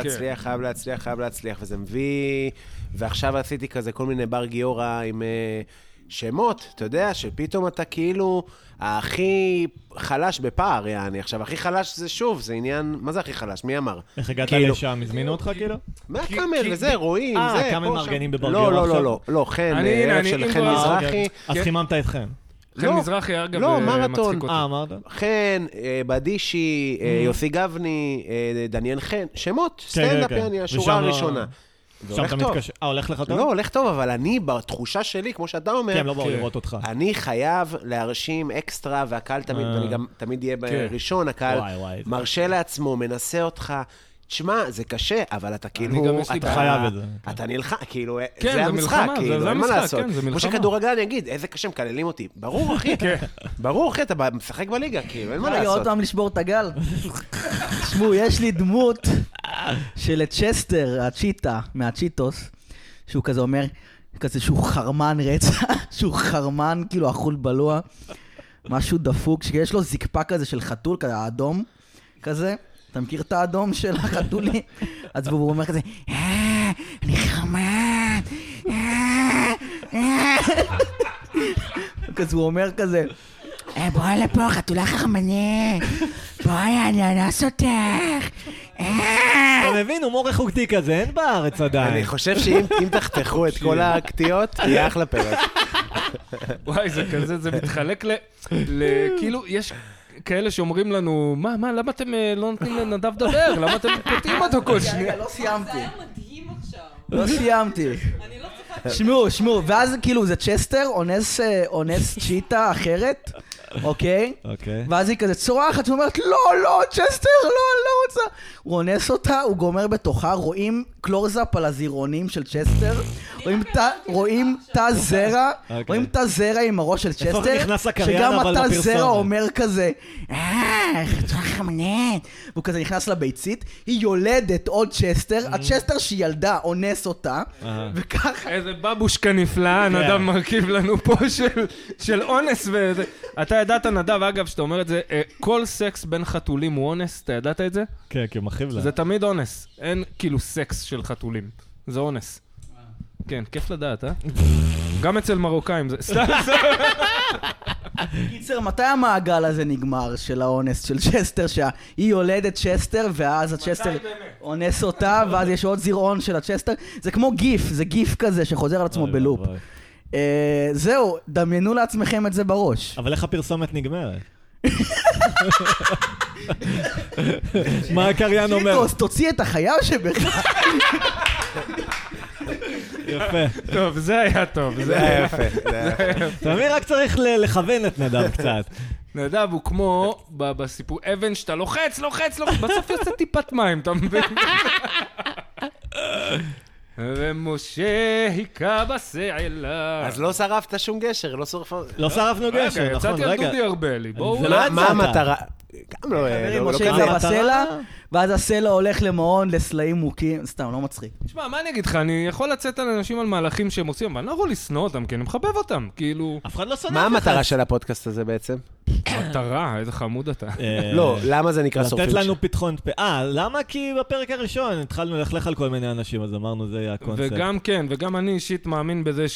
חייב להצליח, וזה מביא, ועכשיו עשיתי כזה כל מיני בר גיורא עם שמות, אתה יודע, שפתאום אתה כאילו הכי חלש בפער, יעני. עכשיו, הכי חלש זה שוב, זה עניין, מה זה הכי חלש? מי אמר? איך הגעת לשם? הזמינו אותך כאילו? מהקאמל, וזה, רואים, זה. קאמל מארגנים בבר גיורא עכשיו? לא, חן, ערב של חן מזרחי. אז חיממת את חן. חן מזרחי, אגב, לא, מרתון. אמרת? חן, בדישי, יוסי גבני, דניאל חן, שמות, סטנדאפ, יעני, השורה הראשונה. שם אתה מתקשר. הולך לך טוב? לא, הולך טוב, אבל אני, בתחושה שלי, כמו שאתה אומר... כן, לא באו לראות אותך. אני חייב להרשים אקסטרה, והקהל תמיד, ואני גם תמיד אהיה בראשון, הקהל מרשה לעצמו, מנסה אותך. תשמע, זה קשה, אבל אתה כאילו... אתה חייב את זה. אתה נלחם, כאילו, זה המשחק, כאילו, אין מה לעשות. כמו שכדורגל אני אגיד, איזה קשה מקללים אותי. ברור, אחי. ברור, אחי, אתה משחק בליגה, כאילו, אין מה לעשות. עוד פעם לשבור את הגל. תשמעו, יש לי דמות של צ'סטר, הצ'יטה, מהצ'יטוס, שהוא כזה אומר, כזה שהוא חרמן רצח, שהוא חרמן, כאילו, אכול בלוע, משהו דפוק, שיש לו זקפה כזה של חתול, כזה האדום, כזה. אתה מכיר את האדום של החתולי? אז הוא אומר כזה, אני חרמן, אז הוא אומר כזה, בואי לפה, חתולה חרמני, בואי, אני אנס אותך. אתה מבין, הומור איכותי כזה, אין בארץ עדיין. אני חושב שאם תחתכו את כל הקטיות, יהיה אחלה פרק. וואי, זה כזה, זה מתחלק כאילו, יש... כאלה שאומרים לנו, מה, למה אתם לא נותנים לנדב דבר? למה אתם פותעים אותו כל שנייה? לא סיימתי. זה היה מדהים עכשיו. לא סיימתי. אני לא צריכה... שמעו, ואז כאילו זה צ'סטר, אונס צ'יטה אחרת, אוקיי? ואז היא כזה צורחת, ואומרת, לא, צ'סטר, לא רוצה. הוא אונס אותה, הוא גומר בתוכה, רואים קלורזאפ על הזירונים של צ'סטר, רואים תא זרע עם הראש של צ'סטר, שגם התא זרע אומר כזה, צורח מנהל, והוא כזה נכנס לביצית, היא יולדת עוד צ'סטר, הצ'סטר שהיא ילדה אונס אותה, וככה... איזה בבושקה נפלאה, נדב מרכיב לנו פה של אונס, אתה ידעת נדב, אגב, שאתה אומר את זה, כל סקס בין חתולים הוא אונס, אתה ידעת את זה? כן, כי הוא מכיב לה. זה תמיד אונס, אין כאילו סקס של חתולים, זה אונס. כן, כיף לדעת, גם אצל מרוקאים זה... קיצר, מתי המעגל הזה נגמר של האונס של צ'סטר, שהיא יולדת צ'סטר, ואז הצ'סטר אונס אותה, ואז יש עוד זירעון של הצ'סטר? זה כמו גיף, זה גיף כזה שחוזר על עצמו בלופ. זהו, דמיינו לעצמכם את זה בראש. אבל איך הפרסומת נגמרת? מה הקריין אומר? צ'יטוס, תוציא את החייו שבך. יפה. טוב, זה היה טוב. זה היה יפה. אתה מבין, רק צריך לכוון את נדב קצת. נדב הוא כמו בסיפור אבן שאתה לוחץ, בסוף יוצא טיפת מים, אתה מבין? ומשה היכה בסעלה. אז לא שרפת שום גשר, לא שרפנו גשר, נכון, יצאתי על דודי ארבלי, בואו... מה המטרה? גם לא... משה היכה בסלע, ואז הסלע הולך למעון, לסלעים מוכים, סתם, לא מצחיק. תשמע, מה אני אגיד לך? אני יכול לצאת על אנשים על מהלכים שהם עושים, אבל אני לא יכול לשנוא אותם, כי אני מחבב אותם, כאילו... אף אחד לא שונא. מה המטרה של הפודקאסט הזה בעצם? מטרה, איזה חמוד אתה. לא, למה זה נקרא שורפים? לתת לנו פתחון פה. למה? כי בפרק הראשון התחלנו ללכלך על כל מיני אנשים, אז אמרנו זה הקונספט. וגם כן, וגם אני אישית מאמין בזה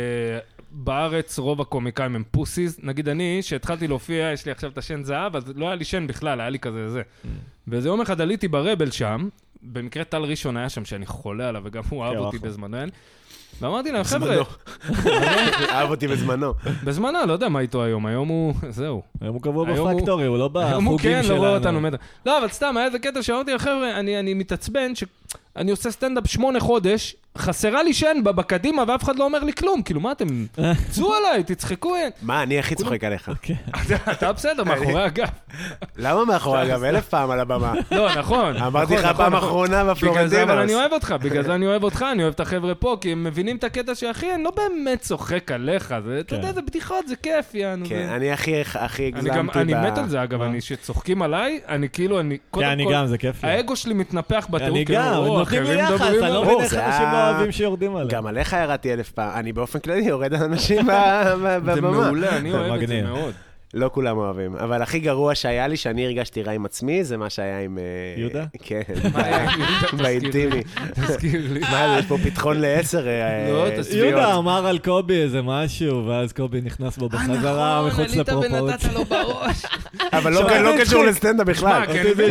שבארץ רוב הקומיקאים הם פוסיז. נגיד אני, שהתחלתי להופיע, יש לי עכשיו את השן זהב, אז לא היה לי שן בכלל, היה לי כזה זה. וזה יום אחד עליתי ברבל שם, במקרה טל ראשון היה שם שאני חולה עליו, וגם הוא אהב אותי בזמנו. ואמרתי להם, חבר'ה... אהב אותי בזמנו. בזמנו, לא יודע מה איתו היום, היום הוא... זהו. היום הוא קבוע בפקטורי, הוא לא בחוגים שלנו. היום הוא כן, לא רואה אותנו מטר. לא, אבל סתם, היה איזה קטע שאמרתי להם, חבר'ה, אני מתעצבן שאני עושה סטנדאפ 8 חודש, חסרה לי שן בקדימה, ואף אחד לא אומר לי כלום. כאילו, מה אתם... צאו עליי, תצחקו. מה, אני הכי צוחק עליך. אתה בסדר, מאחורי הגב. למה מאחורי הגב? 1000 פעם על הבמה. לא, נכון. אמרתי לך פעם אחרונה בפלורנטינוס. אבל אני אוהב אותך, בגלל זה אני אוהב אותך, אני אוהב את החבר'ה פה, כי הם מבינים את הקטע שאחי, אני לא באמת צוחק עליך, אתה יודע, זה בדיחות, זה כיף, יענו. כן, אני הכי הגזמתי אני מת על זה, אגב, אני שצוחקים עליי, אני כאילו, אני גם, זה כיף לי. האגו שלי מתנפח בטירוף, אני גם, נותנים לי יחס, אני לא מבין איך אנשים לא אוהבים שיורדים עליהם. גם עליך ירדתי 1000 פעם, אני באופן כללי יורד על אנשים בבמה. זה מעולה, אני אוהב את זה מאוד. לא כולם אוהבים, אבל הכי גרוע שהיה לי, שאני הרגשתי רע עם עצמי, זה מה שהיה עם... יהודה? כן, באינטימי. תזכיר לי. מה, יש פה פתחון ל10 צביעות. יהודה אמר על קובי איזה משהו, ואז קובי נכנס בו בחזרה, מחוץ לפרופורציה. נכון, עלית ונתת לו בראש. אבל לא קשור לסטנדאפ בכלל.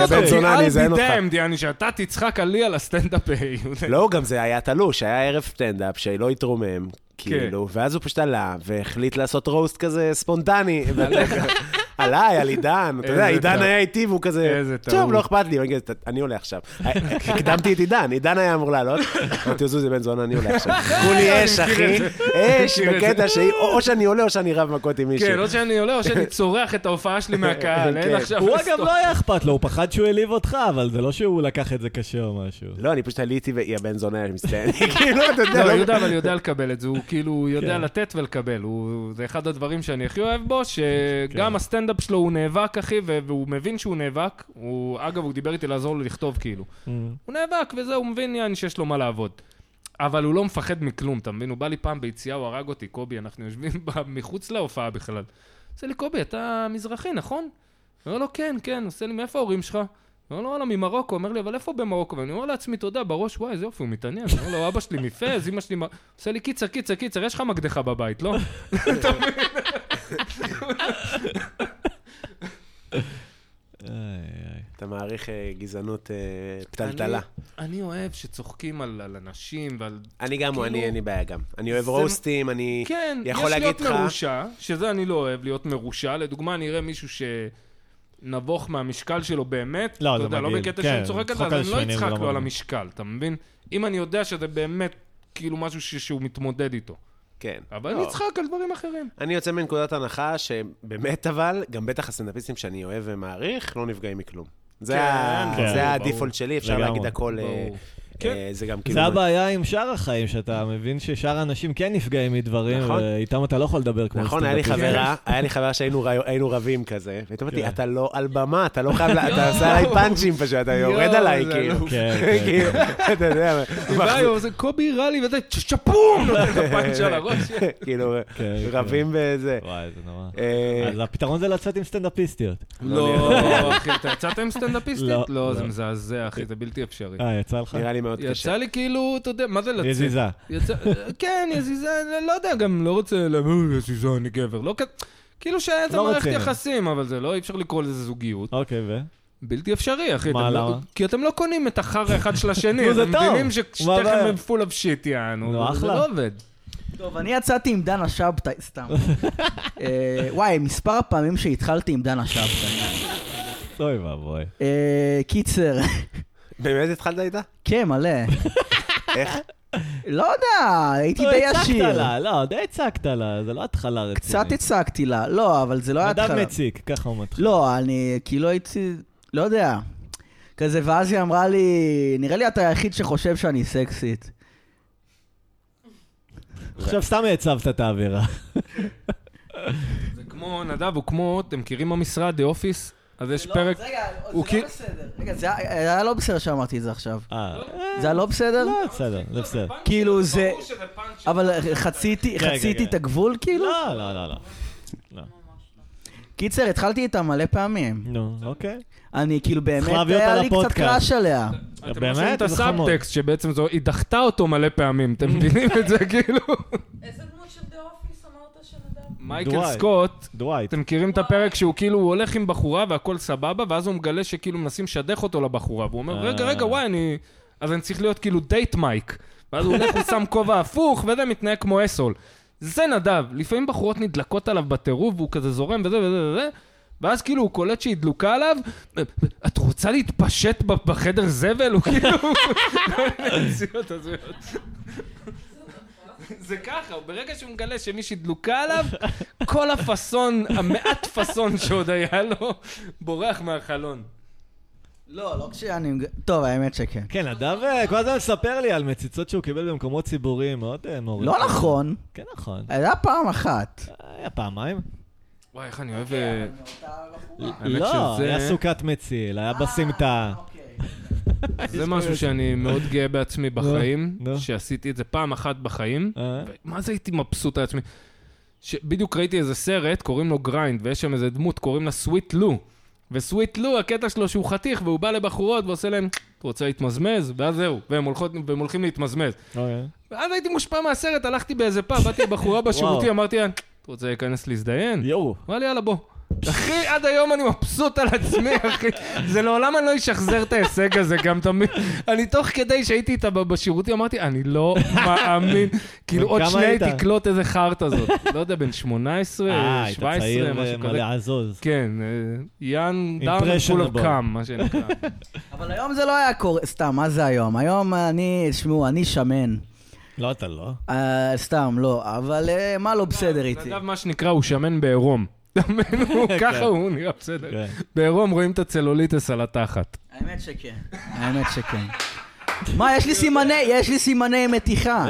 דיאני, שאתה תצחק עלי על הסטנדאפ. לא, גם זה היה תלוש, היה ערב סטנדאפ שלא יתרומם. כאילו, ואז הוא פשוט עלה, והחליט לעשות רוסט כזה ספונטני. עליי, על עידן, אתה יודע, עידן היה איתי, והוא כזה, טוב, לא אכפת לי, אני עולה עכשיו. הקדמתי את עידן היה אמור לעלות, אמרתי, זוזי בן זונה, אני עולה עכשיו. קחו לי אש, אחי, אש, בקטע או שאני עולה או שאני רב מכות עם מישהו. כן, או שאני עולה או שאני צורח את ההופעה שלי מהקהל, הוא אגב לא היה אכפת לו, הוא פחד שהוא העליב אותך, אבל זה לא שהוא לקח את זה קשה או משהו. לא, אני פשוט עליתי והיא הבן זונה, אני מסתכל, כאילו, אתה יודע. לא, יהודה, אבל יודע לקבל את זה, הוא כאילו יודע לתת ולקבל, זה אחד הדברים שאני הכי אוהב בו, שגם הסטנדאפ שלו הוא נאבק, אחי, והוא מבין שהוא נאבק, אגב, הוא דיבר איתי לעזור לו לכתוב כאילו. הוא נאבק וזהו, הוא מבין יעני שיש לו מה לעבוד. אבל הוא לא מפחד מכלום, אתה מבין? הוא בא לי פעם ביציאה, הוא הרג אותי, קובי, אנחנו יושבים מחוץ להופעה בכלל. עושה לי, קובי, אתה מזרחי, נכון? הוא אומר לו, כן, כן, עושה לי, מאיפה ההורים שלך? הוא אומר לו, ממרוקו, אומר לי, אבל איפה במרוקו? ואני אומר לעצמי, תודה, בראש, וואי, איזה יופי, הוא מתעניין. הוא אומר לו, אבא שלי מפז, אמא שלי... עושה לי, קיצר, יש לך מקדחה בבית, לא? אתה מעריך גזענות פתלתלה. אני אוהב שצוחקים על אנשים ועל... אני גם, אני בעיה גם. אני אוהב רוסטים, אני יכול להגיד לך... כן, יש להיות מרושע, שזה אני לא אוהב, להיות מרושע. לדוגמה, אני אראה מישהו שנבוך מהמשקל שלו באמת. לא, זה מגעיל. לא בקטע שאני צוחק על זה, אז אני לא אצחק לו על המשקל, אתה מבין? אם אני יודע שזה באמת כאילו משהו שהוא מתמודד איתו. כן. אבל אני אצחק על דברים אחרים. אני יוצא מנקודת הנחה שבאמת אבל, גם בטח הסטנדאפיסטים שאני אוהב ומעריך, לא נפגעים מכלום. זה הדיפולט שלי, אפשר להגיד הכל, זה גם כאילו... זה הבעיה עם שאר החיים, שאתה מבין ששאר האנשים כן נפגעים מדברים, ואיתם אתה לא יכול לדבר כמו נכון, היה לי חברה שהיינו רבים כזה, ואתה אמרתי, אתה לא על במה, אתה לא חייב, אתה עושה עליי פאנצ'ים פשוט, אתה יורד עליי, כאילו. כן. אתה יודע. זה קובי רע לי, וזה צ'פום! נותן את הפאנץ' על הראש. כאילו, רבים בזה. וואי, זה נורא. אז הפתרון זה לצאת עם סטנדאפיסטיות. לא, אחי, אתה יצאת עם סטנדאפיסטית? לא, זה מזעזע, אחי, זה בלתי אפשרי. יצא לך? נראה לי מאוד קשה. יצא לי כאילו, אתה יודע, מה זה לצאת? יזיזה. כן, יזיזה, לא יודע, גם לא רוצה, יזיזה, אני גבר. כאילו שהיה איזה מערכת יחסים, אבל זה לא, אי אפשר לקרוא לזה זוגיות. אוקיי, ו? בלתי אפשרי, אחי. מה, למה? כי אתם לא קונים את החר אחד של השני. אתם מבינים ששתיכם הם full of shit, יענו. זה לא עובד. טוב, אני יצאתי עם דנה שבתאי, סתם. וואי, מספר הפעמים שהתחלתי עם דנה שבתאי. אוי ואבוי. קיצר. באמת התחלת איתה? כן, מלא. איך? לא יודע, הייתי די ישיר. לא, די הצקת לה, זה לא התחלה רצינית. קצת הצקתי לה, לא, אבל זה לא היה התחלה. אדם מציק, ככה הוא מתחיל. לא, אני כאילו הייתי, לא יודע. כזה, ואז היא אמרה לי, נראה לי אתה היחיד שחושב שאני סקסית. עכשיו סתם הצבת את האווירה. זה כמו, נדב, הוא כמו, אתם מכירים המשרד, The Office? אז יש פרק... רגע, זה לא בסדר. רגע, זה היה לא בסדר שאמרתי את זה עכשיו. זה היה לא בסדר? לא, בסדר, זה בסדר. כאילו זה... אבל חציתי את הגבול כאילו? לא. קיצר, התחלתי איתה מלא פעמים. נו, אוקיי. אני כאילו באמת היה לי קצת קראש עליה. אתם משאים את הסאבטקסט שבעצם היא דחתה אותו מלא פעמים, אתם מבינים את זה כאילו? איזה דמות של The Office אמרת שנדב? מייקל סקוט, אתם מכירים את הפרק שהוא כאילו הולך עם בחורה והכל סבבה, ואז הוא מגלה שכאילו מנסים לשדך אותו לבחורה, והוא אומר, רגע, וואי, אז אני צריך להיות כאילו דייט מייק. ואז הוא הולך, הוא שם כובע הפוך, וזה מתנהג כמו אסול. זה נדב, לפעמים בחורות נדלקות עליו בטירוף, והוא כזה זורם וזה, ואז כאילו הוא קולט שהיא דלוקה עליו, את רוצה להתפשט בחדר זבל? הוא כאילו... זה ככה, ברגע שהוא מגלה שמישהי דלוקה עליו, כל הפסון, המעט פסון שעוד היה לו, בורח מהחלון. לא כשאני... טוב, האמת שכן. כן, נדב כל הזמן מספר לי על מציצות שהוא קיבל במקומות ציבוריים, מאוד מוריד. לא נכון. כן, נכון. היה פעם אחת. היה פעמיים. וואי, איך אני אוהב... לא, היה סוכת מציל, היה בסמטה. זה משהו שאני מאוד גאה בעצמי בחיים, שעשיתי את זה פעם אחת בחיים. מה זה הייתי מבסוט על עצמי? בדיוק ראיתי איזה סרט, קוראים לו גריינד, ויש שם איזה דמות, קוראים לה סוויט לו. וסוויט לו, הקטע שלו שהוא חתיך, והוא בא לבחורות ועושה להם, אתה רוצה להתמזמז? ואז זהו, והם הולכים להתמזמז. ואז הייתי מושפע מהסרט, הלכתי באיזה פעם, באתי לבחורה בשירותי, אמרתי לה, אתה רוצה להיכנס להזדיין? יואו. אמר לי, יאללה, בוא. אחי, עד היום אני מבסוט על עצמי, אחי. זה לעולם אני לא אשחזר את ההישג הזה, גם תמיד. אני תוך כדי שהייתי איתה בשירותי, אמרתי, אני לא מאמין. כאילו עוד שני תקלוט איזה חרט הזאת. לא יודע, בין 18, 17, משהו כזה. מלא עזוז. כן, יאן דאון פול אוף קאם, מה שנקרא. אבל היום זה לא היה קורה, סתם, מה זה היום? היום אני שמן. לא, אתה לא. סתם, לא, אבל מה לא בסדר איתי? נדב, מה שנקרא, הוא שמן בעירום. ככה הוא נראה בסדר. בעירום רואים את הצלוליטס על התחת. האמת שכן. מה, יש לי סימני מתיחה.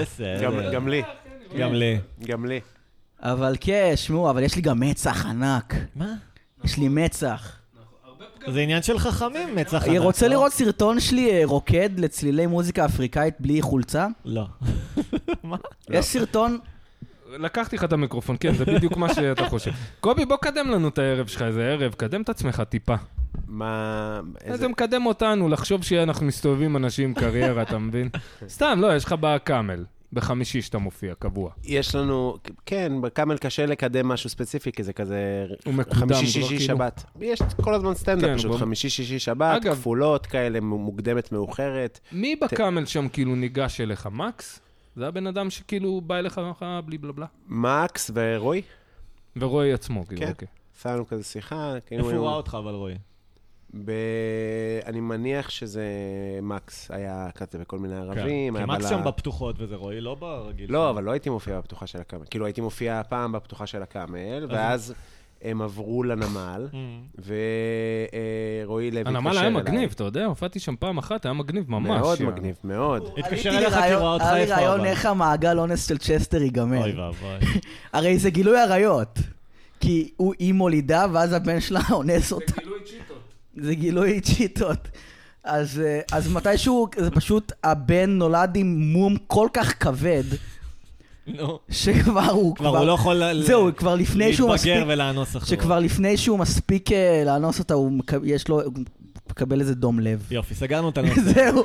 גם לי. אבל כן, שמעו, אבל יש לי גם מצח ענק. מה? יש לי מצח. זה עניין של חכמים, מצח ענק. רוצה לראות סרטון שלי רוקד לצלילי מוזיקה אפריקאית בלי חולצה? לא. מה? יש סרטון... לקחתי לך את המיקרופון, כן, זה בדיוק מה שאתה חושב. קובי, בוא קדם לנו את הערב שלך, איזה ערב, קדם את עצמך טיפה. מה... זה מקדם אותנו, לחשוב שאנחנו מסתובבים אנשים עם קריירה, אתה מבין? סתם, לא, יש לך בקאמל, בחמישי שאתה מופיע, קבוע. יש לנו, כן, בקאמל קשה לקדם משהו ספציפי, כי זה כזה... הוא מקודם, חמישי, שישי, שבת. יש כל הזמן סטנדאפ, פשוט חמישי, שישי, שבת, כפולות כאלה, מוקדמת, מאוחרת. מי בקאמל שם כאילו ניגש אליך, מקס? זה הבן אדם שכאילו בא אליך בלי בלה בלה. מקס ורוי? ורוי עצמו, כאילו, אוקיי. עשינו כזה שיחה. איפה הוא ראה אותך אבל רוי? אני מניח שזה מקס היה כזה בכל מיני ערבים. כי מקס שם בפתוחות וזה רוי, לא ברגיל. לא, אבל לא הייתי מופיע בפתוחה של הקאמל. כאילו הייתי מופיע פעם בפתוחה של הקאמל, ואז הם עברו לנמל, ורועי לוי התקשר אליי. הנמל היה מגניב, אתה יודע? הופעתי שם פעם אחת, היה מגניב ממש. מאוד מגניב, מאוד. התקשר אליך כי רואה אותך איפה. היה לי רעיון איך המעגל אונס של צ'סטר ייגמר. אוי ואבוי. הרי זה גילוי עריות. כי היא מולידה, ואז הבן שלה אונס אותה. זה גילוי צ'יטות. זה גילוי צ'יטות. אז מתישהו, זה פשוט, הבן נולד עם מום כל כך כבד, שכבר הוא לא יכול להתבגר ולאנוס אחרו. שכבר לפני שהוא מספיק לאנוס אותה, יש לו, הוא מקבל איזה דום לב. יופי, סגרנו את הנושא. זהו.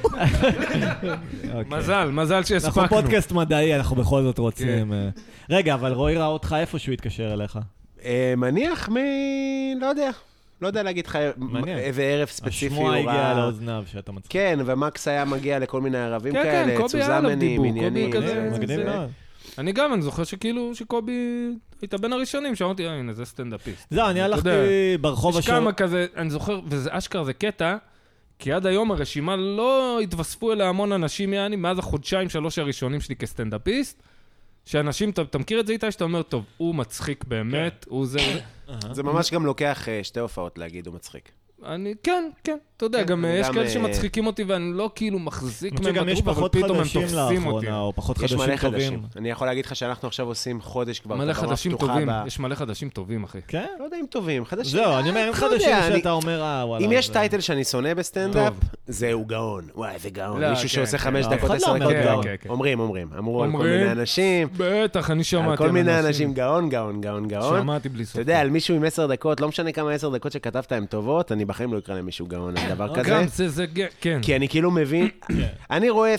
מזל שהספקנו. אנחנו פודקאסט מדעי, אנחנו בכל זאת רוצים. רגע, אבל רועי ראה אותך איפה שהוא התקשר אליך? מניח לא יודע להגיד לך איזה ערב ספציפי הוא ראה. השמוע הגיע לאוזניו שאתה מצליח. כן, ומקס היה מגיע לכל מיני ערבים כאלה, צוזמנים, עניינים. מגניב מאוד. אני זוכר שכאילו שקובי הייתה בין הראשונים, שאמרתי, הנה, זה סטנדאפיסט. זהו, אני הלכתי ברחוב השור. יש כמה כזה, אני זוכר, וזה אשכרה, זה קטע, כי עד היום הרשימה לא התווספו אליה המון אנשים, מאז החודשיים, 3 הראשונים שלי כסטנדאפיסט, שאנשים, אתה מכיר את זה איתה, שאתה אומר, טוב, הוא מצחיק באמת, הוא זה... זה ממש גם לוקח 2 הופעות להגיד, הוא מצחיק. כן. אתה יודע, גם יש כאלה שמצחיקים אותי ואני לא כאילו מחזיק מהם בטרוף, אבל פתאום הם תופסים אותי. או פחות חדשים טובים. אני יכול להגיד לך שאנחנו עכשיו עושים חודש כבר. מלא חדשים טובים, יש מלא חדשים טובים, אחי. כן? לא יודע אם טובים, חדשים. זהו, אני אומר, אין חדשים שאתה אומר, וואלה. אם יש טייטל שאני שונא בסטנדאפ, זהו גאון. וואי, זה גאון. מישהו שעושה 5 דקות, 10 דקות גאון. אומרים. אמרו על כל מיני אנשים. בטח, אני שמעתי. על כל מיני אנשים גאון. שמעתי בלי סוף. אתה יודע, על מישהו עם 10 דקות, לא משנה כמה 10 דקות שכתבת הם טובות, אני בחיים לא אקרא למישהו גאון על דבר כזה. גם, כן. כי אני כאילו מבין, אני רואה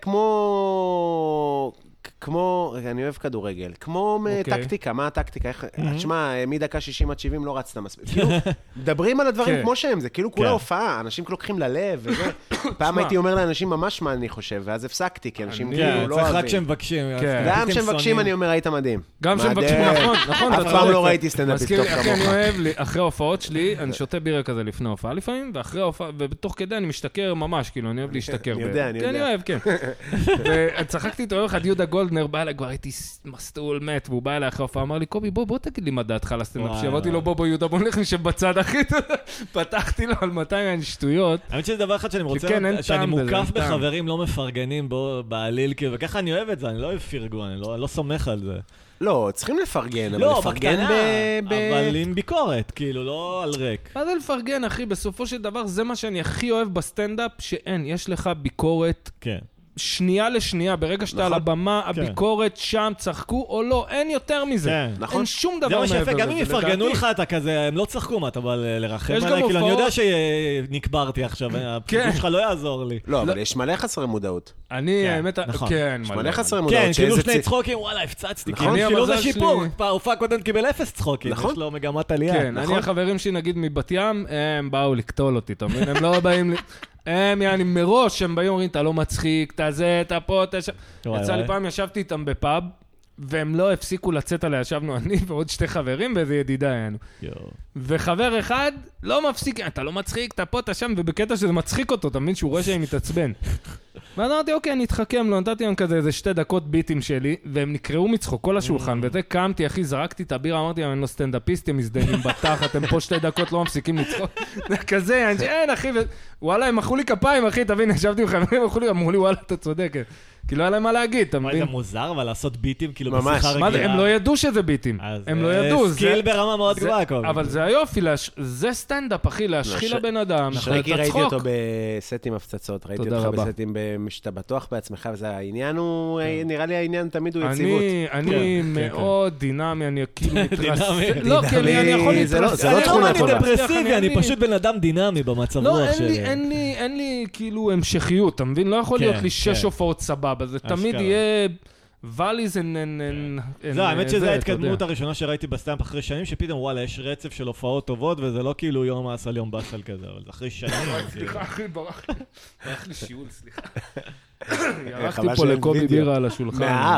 כמו, אני אוהב כדורגל, כמו טקטיקה, מה הטקטיקה? תשמע, מדקה 60 עד 70 לא רצת מספיק. כאילו, מדברים על הדברים כמו שהם, זה כאילו כולה הופעה, אנשים לוקחים ללב וזה. פעם הייתי אומר לאנשים ממש מה אני חושב, ואז הפסקתי, כי אנשים כאילו לא אוהבים. צריך רק שמבקשים. גם שמבקשים אני אומר, היית מדהים. גם שמבקשים, נכון. אף פעם לא ראיתי סטנדאפיסט טוב כמוך. אני אוהב, אחרי ההופעות שלי, אני שותה בירה כזה לפני ההופעה לפעמים, ואחרי ההופעה, ובתוך כדי אני משתכר ממש, כאילו, אני אוהב להשתכר. אני יודע. כן, אני אוהב, כן. וצחקתי איתו אחד, יהודה גולדנר בא אליי, כבר הייתי מסטול מת, והוא בא אליי אחרי ההופעה, אמר לי, קובי, בוא תגיד לי מה דעתך לסטנדאפ. שאמרתי לו, בוא, יהודה, בוא נלך נשב בצד, אחי. פתחתי לו על 200 שטויות. האמת שזה דבר אחד שאני רוצה, שאני מוקף בחברים לא מפרגנים בו בעליל, וככה אני אוהב את זה, אני לא אוהב פרגון, אני לא סומך על זה. לא, צריכים לפרגן, אבל לא, לפרגן אבל עם ביקורת, כאילו, לא על ריק. מה זה לפרגן, אחי? בסופו של דבר, זה מה שאני הכי אוהב בסטנדאפ, שאין, יש לך ביקורת. כן. שנייה לשנייה, ברגע שאתה על הבמה, הביקורת שם, צחקו או לא, אין יותר מזה. אין שום דבר מעבר. זה מה שיפה, גם אם יפרגנו לך, אתה כזה, הם לא צחקו, מה אתה בא לרחם עליי, כאילו אני יודע שנקברתי עכשיו, הפרגון שלך לא יעזור לי. לא, אבל יש מלא חסרי מודעות. אני, האמת, כן, מלא חסרי מודעות. כן, כאילו שני צחוקים, וואלה, הפצצתי, כאילו זה שיפור, ההופעה קודם קיבל 0 צחוקים, יש לו מגמת עלייה. כן, אני החברים שלי, נגיד מבת ים, הם באו לקטול אותי, אתה מבין? הם לא באים לי... יעני, מראש הם באים אומרים, אתה לא מצחיק, אתה זה, אתה פה, אתה שם. יצא לי פעם, ישבתי איתם בפאב, והם לא הפסיקו לצאת עליה, ישבנו אני ועוד 2 חברים, ואיזה ידידה היינו. וחבר אחד לא מפסיק, אתה לא מצחיק, אתה פה, אתה שם, ובקטע שזה מצחיק אותו, אתה מבין שהוא רואה שאני מתעצבן. ואני אמרתי, אוקיי, אני אתחכם לו, נתתי להם כזה איזה 2 דקות ביטים שלי, והם נקראו מצחוק כל השולחן, וזה קמתי, אחי, זרקתי את הבירה, אמרתי להם, אני לא סטנדאפיסט, הם מזדיינים בתחת, הם פה 2 דקות לא מפסיקים לצחוק. כזה, אין, אחי, וואלה, הם מחאו לי כפיים, אחי, תבין, ישבתי עם חברים, אמרו לי, וואלה, אתה צודק. כי לא היה להם מה להגיד, אתה מבין? זה מוזר, אבל לעשות ביטים כאילו בשיחה רגילה. מה זה, הם לא ידעו שזה ביטים. הם לא ידעו. סקיל ברמה מאוד גבוהה. אבל זה היופי, זה סטנדאפ, אחי, להשחיל לבן אדם. שריקי ראיתי אותו בסטים הפצצות, ראיתי אותך בסטים שאתה בטוח בעצמך, וזה העניין הוא, נראה לי העניין תמיד הוא יציבות. אני מאוד דינמי, אני כאילו מתרסק. לא, כי אני יכול להתרסק. זה לא תכונה טובה. אני דפרסיבי, אני פשוט בן אדם דינמי במצב רוח שלי. לא, אין לי כאילו המשכיות, אתה מבין? לא יכול להיות לי 6 הופעות סבבה, זה תמיד יהיה ואליז זהו, האמת שזו ההתקדמות הראשונה שראיתי בסטנדאפ אחרי שנים, שפתאום וואלה, יש רצף של הופעות טובות, וזה לא כאילו יום אסל יום בסל כזה, אבל זה אחרי שנים. סליחה, אחי, ברח לי שיעול, סליחה. ירחתי פה לקובי בירה על השולחן.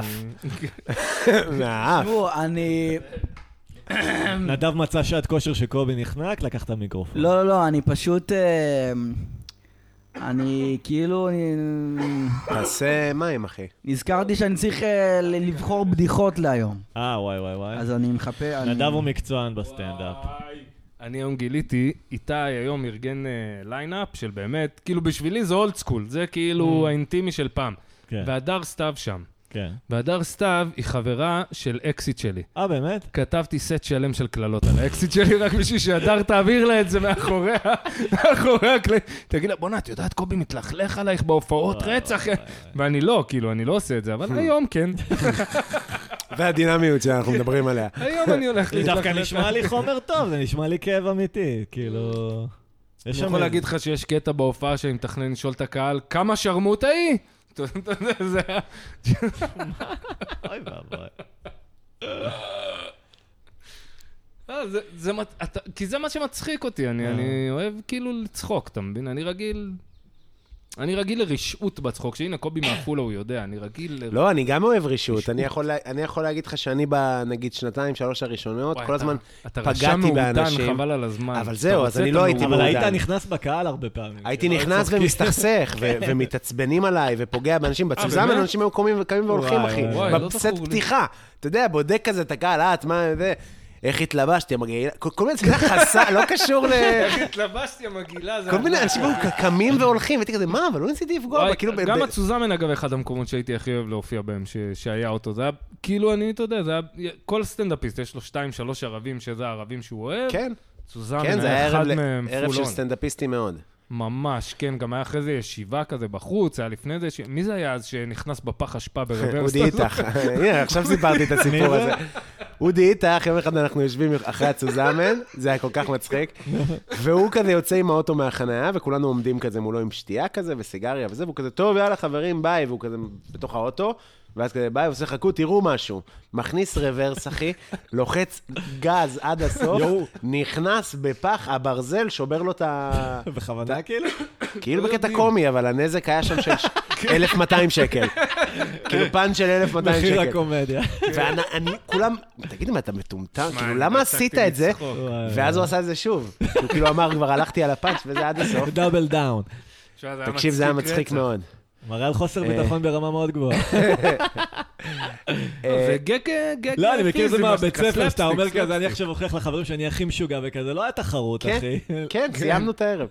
מהאף. אני... נדב מצא שעת כושר שקובי נחנק, לקח את המיקרופון. לא, אני פשוט... אני כאילו... תעשה מים, אחי. נזכרתי שאני צריך לבחור בדיחות להיום. וואי. אז אני מחפה... נדב הוא מקצוען בסטנדאפ. אני היום גיליתי, איתי היום ארגן ליינאפ של באמת, כאילו בשבילי זה אולד סקול, זה כאילו האינטימי של פעם. והדר סתיו שם. כן. והדר סתיו היא חברה של אקסיט שלי. באמת? כתבתי סט שלם של קללות על האקסיט שלי, רק בשביל שהדר תעביר לה את זה מאחורי הקלעים. תגיד לה, בונה, את יודעת, קובי מתלכלך עלייך בהופעות רצח. ואני לא, כאילו, אני לא עושה את זה, אבל היום כן. והדינמיות שאנחנו מדברים עליה. היום אני הולך להתלכלך. דווקא נשמע לי חומר טוב, זה נשמע לי כאב אמיתי, כאילו... אני יכול להגיד לך שיש קטע בהופעה שאני מתכנן לשאול את הקהל, כמה שרמוטה היא? זה... אוי ואבוי. כי זה מה שמצחיק אותי, אני אוהב כאילו לצחוק, אתה מבין? אני רגיל לרשעות בצחוק, שהנה קובי מעפולה הוא יודע, אני רגיל... לא, אני גם אוהב רשעות, אני יכול להגיד לך שאני נגיד 2-3 הראשונות, כל הזמן פגעתי באנשים. חבל על הזמן. אבל זהו, אז אני לא הייתי מעודן. אבל היית נכנס בקהל הרבה פעמים. הייתי נכנס ומסתכסך, ומתעצבנים עליי, ופוגע באנשים, בצוזם אנשים היו קמים והולכים, אחי. בסט פתיחה, אתה יודע, בודק כזה את הקהל, מה זה... איך התלבשתי, המגעילה, כל מיני צלילה חסה, לא קשור ל... איך התלבשתי, המגעילה, כל מיני אנשים קמים והולכים, והייתי כזה, מה, אבל לא ניסיתי לפגוע בה, כאילו... גם הצוזמן, אגב, אחד המקומות שהייתי הכי אוהב להופיע בהם, שהיה אותו, זה היה, כאילו, אני, אתה יודע, זה היה, כל סטנדאפיסט, יש לו 2-3 ערבים, שזה הערבים שהוא אוהב. כן. צוזמן היה אחד מהם פולון. ערב של סטנדאפיסטים מאוד. ממש, כן, גם היה אחרי זה ישיבה כזה בחוץ, היה לפני זה, מי זה היה אז שנכנס בפח אשפה ברוורס? אודי איתך, הנה, עכשיו סיפרתי את הסיפור הזה. אודי איתך, יום אחד אנחנו יושבים אחרי הצוזמן, זה היה כל כך מצחיק, והוא כזה יוצא עם האוטו מהחניה, וכולנו עומדים כזה מולו עם שתייה כזה, וסיגריה וזה, והוא כזה, טוב, יאללה חברים, ביי, והוא כזה בתוך האוטו, ואז כזה ביי, ועושה חכו, תראו משהו. מכניס רוורס, אחי, לוחץ גז עד הסוף, נכנס בפח, הברזל, שובר לו את ה... בכוונה כאילו? כאילו בקטע קומי, אבל הנזק היה שם של 1,200 שקל. כאילו פן של 1,200 שקל. מחיר הקומדיה. ואני, כולם, תגידי מה, אתה מטומטם? כאילו, למה עשית את זה? ואז הוא עשה את זה שוב. הוא כאילו אמר, כבר הלכתי על הפאנץ' וזה עד הסוף. דאבל דאון. תקשיב, זה היה מצחיק מאוד. מראה על חוסר ביטחון ברמה מאוד גבוהה. וגג... לא, אני מכיר זה מהבית ספר, שאתה אומר כזה, אני עכשיו הוכיח לחברים שאני הכי משוגע וכזה, לא היה תחרות, אחי. כן, סיימנו את הערב.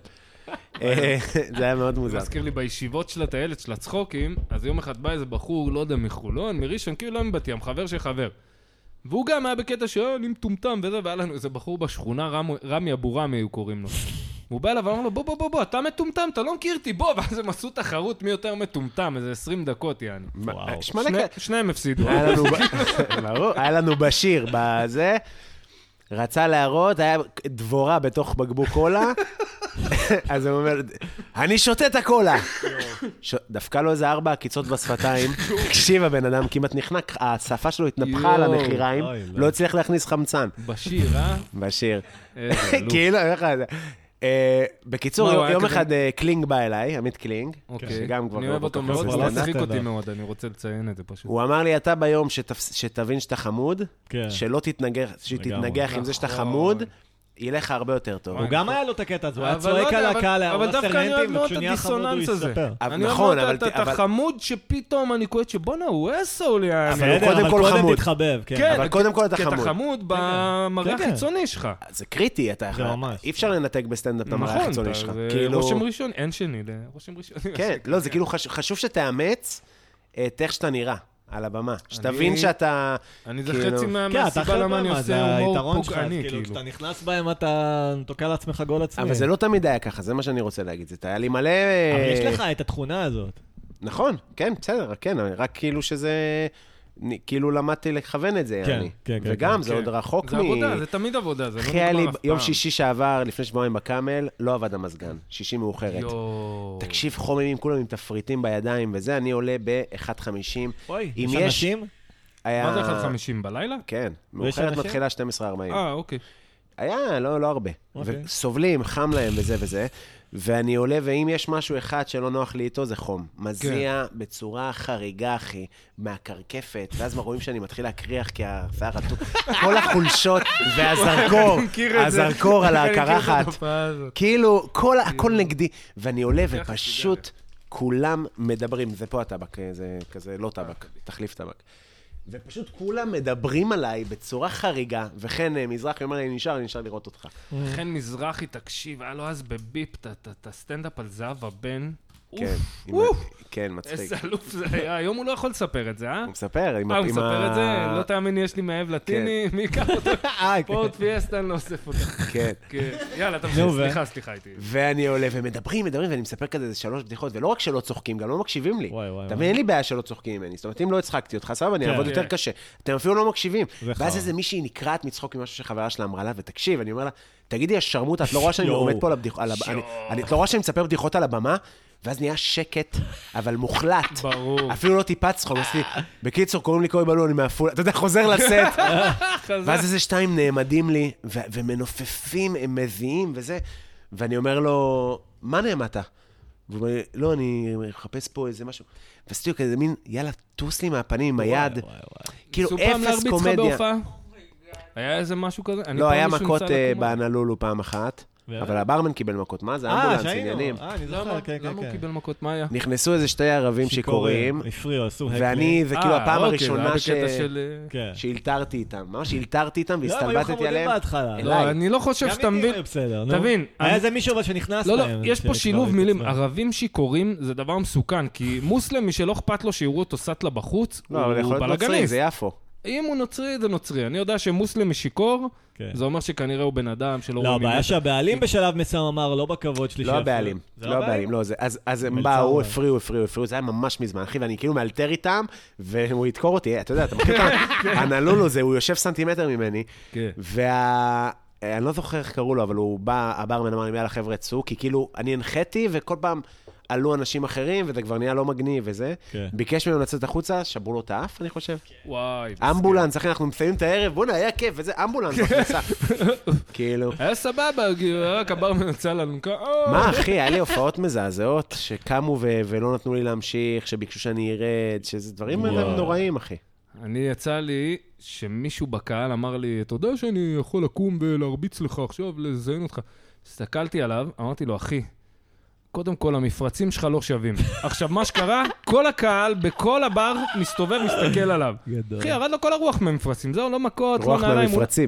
זה היה מאוד מוזר. זה מזכיר לי בישיבות של הטיילת של הצחוקים, אז יום אחד בא איזה בחור, לא יודע, מחולון, מראשון, כאילו לא מבת ים, חבר של חבר. והוא גם היה בקטע שאני מטומטם וזה, והיה לנו איזה בחור בשכונה, רמי אבו רמי היו קוראים לו. הוא בא אליו ואמר לו, בוא, אתה מטומטם, אתה לא מכיר אותי, בוא, ואז הם עשו תחרות מי יותר מטומטם, איזה 20 דקות, יעני. שניהם הפסידו. היה לנו בשיר, בזה, רצה להראות, היה דבורה בתוך בקבוק קולה, אז הוא אומר, אני שותה את הקולה. דווקא לו איזה 4 עקיצות בשפתיים, הקשיב הבן אדם, כמעט נחנק, השפה שלו התנפחה על המחיריים, לא הצליח להכניס חמצן. בשיר, בשיר. כאילו, איך זה? בקיצור, יום אחד קלינג בא אליי, עמית קלינג, שגם כבר... אני אוהב אותו מאוד, הוא מצחיק אותי מאוד, אני רוצה לציין את זה פשוט. הוא אמר לי, אתה ביום שתבין שאתה חמוד, שלא תתנגח עם זה שאתה חמוד, ילך הרבה יותר טוב. הוא גם היה לו את הקטע הזה, הוא היה צועק על הקהל, אבל דווקא אני אוהב מאוד את הדיסוננס הזה. אני אוהב מאוד את החמוד שפתאום אני קוראת שבונה, הוא אסול, אבל קודם כל חמוד. אבל קודם כל אתה חמוד. כי אתה חמוד במראה החיצוני שלך. זה קריטי, אי אפשר לנתק בסטנדאפ את המראה החיצוני שלך. רושם ראשון, אין שני לרושם ראשון. כן, לא, זה כאילו חשוב שתאמץ את איך שאתה נראה. על הבמה. שתבין שאתה... אני זה חצי מהסיבה למה אני עושה הומור פוגעני, כאילו. כשאתה נכנס בהם, אתה תוקע לעצמך גול עצמי. אבל זה לא תמיד היה ככה, זה מה שאני רוצה להגיד. זה היה לי מלא... אבל יש לך את התכונה הזאת. נכון, כן, בסדר, כן, רק כאילו שזה... כאילו למדתי לכוון את זה, וגם זה עוד רחוק זה עבודה, זה תמיד עבודה, זה לא נגמר אף פעם. יום שישי שעבר, לפני שבועיים בקאמל, לא עבד המזגן, שישי מאוחרת. תקשיב, חוממים, כולם עם תפריטים בידיים, וזה, אני עולה ב-1.50. אוי, יש אנשים? מה זה 1.50? בלילה? כן, מאוחרת מתחילה 12:40. אוקיי. היה, לא הרבה. וסובלים, חם להם וזה וזה. ואני עולה, ואם יש משהו אחד שלא נוח לי איתו, זה חום. מזיע בצורה חריגה, אחי, מהקרקפת, ואז רואים שאני מתחיל להקריח, כי השיער רטוב. כל החולשות והזרקור על הקרחת. כאילו, הכל נגדי. ואני עולה, ופשוט כולם מדברים. זה פה הטבק, זה כזה לא טבק, תחליף טבק. ופשוט כולם מדברים עליי בצורה חריגה, וכן מזרחי אומר לי, אני נשאר לראות אותך. וכן מזרחי, תקשיב, היה לו אז בביפ, את הסטנדאפ על זהב הבן. כן, מצחיק. איזה אלוף זה היה, היום הוא לא יכול לספר את זה, אה? הוא מספר. הוא מספר את זה? לא תאמין, יש לי מאהב לטיני, מי ייקח אותו? פורט פיאסטה, אני לא אוסף אותה. כן. יאללה, תמשיך, סליחה איתי. ואני עולה ומדברים, ואני מספר כזה 3 בדיחות, ולא רק שלא צוחקים, גם לא מקשיבים לי. אתה מבין, אין לי בעיה שלא צוחקים ממני. זאת אומרת, אם לא הצחקתי אותך, סבבה, אני אעבוד יותר קשה. אתם אפילו לא מקשיבים. ואז איזה מישהי נקרעת מצחוק ממשהו שחברה שלה אמרה לה, ותקשיב, אני אומר לה, תגידי, השרמוט, את לא רואה שאני עומד פה את לא רואה שאני מספר בדיחות על הבמה, ואז נהיה שקט, אבל מוחלט. ברור. אפילו לא טיפה צחוק. בקיצור, קוראים לי קובי בלול, אני מעפולה. אתה יודע, חוזר לסט. ואז איזה 2 נעמדים לי, ומנופפים, הם מביאים וזה. ואני אומר לו, מה נעמת? והוא אומר, לא, אני מחפש פה איזה משהו. ועשיתי כזה מין, יאללה, טוס לי מהפנים עם היד. כאילו, אפס קומדיה. היה איזה משהו כזה? לא, היה מכות באנלולו פעם אחת. אבל הברמן קיבל מכות, מה זה? אמבולנס, עניינים. אני זוכר, כן. למה הוא קיבל מכות? מה היה? נכנסו איזה שתי ערבים שיכורים, הפריעו, עשו הקלי. ואני, זה כאילו הפעם הראשונה שהילתרתי איתם. ממש הילתרתי איתם והסתלבטתי עליהם. לא, אני לא חושב שאתה מבין. תבין. היה איזה מישהו שנכנס להם. לא, יש פה שילוב מילים. ערבים שיכורים זה דבר מסוכן, כי מוסלמי שלא אכפת לו שיראו אותו סטלה בחוץ, הוא בלגניסט. זה יפו. אם הוא נוצרי, זה נוצרי. אני יודע שמוסלמי שיקור, זה אומר שכנראה הוא בן אדם שלא רואים... לא, הבעיה שהבעלים בשלב מסוים אמר, לא בכבוד שלי. לא הבעלים, לא הבעלים, לא זה. אז הם באו, הפריעו, זה היה ממש מזמן, אחי, ואני כאילו מאלתר איתם, והוא ידקור אותי, אתה יודע, אתה מכיר את הנלולו זה, הוא יושב סנטימטר ממני, אני לא זוכר איך קראו לו, אבל הוא בא, הברמן אמר לי, יאללה חבר'ה צאו, כי כאילו, אני הנחיתי, וכל פעם עלו אנשים אחרים, וזה כבר נהיה לא מגניב וזה. ביקש ממנו לצאת החוצה, שברו לו את האף, אני חושב. וואי. אמבולנס, אחי, אנחנו מסיימים את הערב, בוא'נה, היה כיף, וזה אמבולנס בכניסה. כאילו. היה סבבה, רק הברמן יצא לנו. מה, אחי, היה לי הופעות מזעזעות, שקמו ולא נתנו לי להמשיך, שביקשו שאני ארד, שזה דברים נוראים, אחי. אני יצא לי שמישהו בקהל אמר לי, אתה יודע שאני יכול לקום ולהרביץ לך עכשיו, לזיין אותך. הסתכלתי עליו, אמרתי לו, אחי, קודם כל, המפרצים שלך לא שווים. עכשיו, מה שקרה, כל הקהל, בכל הבר, מסתובב, מסתכל עליו. אחי, ירד לו כל הרוח מהמפרצים, זהו, לא מכות, לא נעליים. רוח מהמפרצים.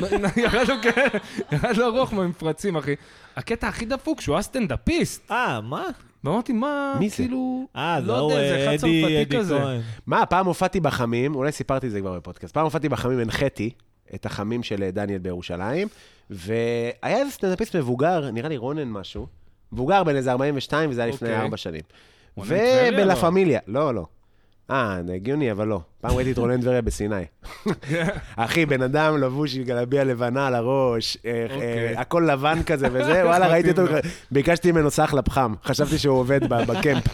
ירד לו רוח מהמפרצים, אחי. הקטע הכי דפוק, שהוא הסטנדאפיסט. מה? ואמרתי, מה, כאילו... לא יודע, זה אחד צרפתי כזה. מה, פעם הופעתי בחמים, אולי סיפרתי את זה כבר בפודקאסט, פעם הופעתי בחמים, הנחיתי את החמים של דניאל בירושלים, והיה איזה סטנדאפיסט מבוגר, נראה לי רונן משהו, מבוגר בין איזה 42, וזה היה לפני 4 שנים. ובלה פמיליה, לא. הגיוני, אבל לא. פעם ראיתי את רונן דבריה בסיני. אחי, בן אדם לבוש עם גלביה לבנה על הראש, הכל לבן כזה וזה, וואלה, ראיתי אותו, ביקשתי ממנו סח לפחם, חשבתי שהוא עובד בקמפ.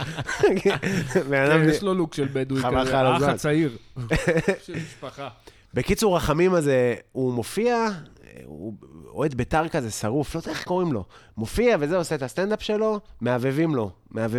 כן, יש לו לוק של בדואי כזה, האח הצעיר של משפחה. בקיצור, החמים הזה, הוא מופיע, הוא אוהד ביתר כזה, שרוף, לא יודע איך קוראים לו. מופיע וזה, עושה את הסטנדאפ שלו, מעבבים לו.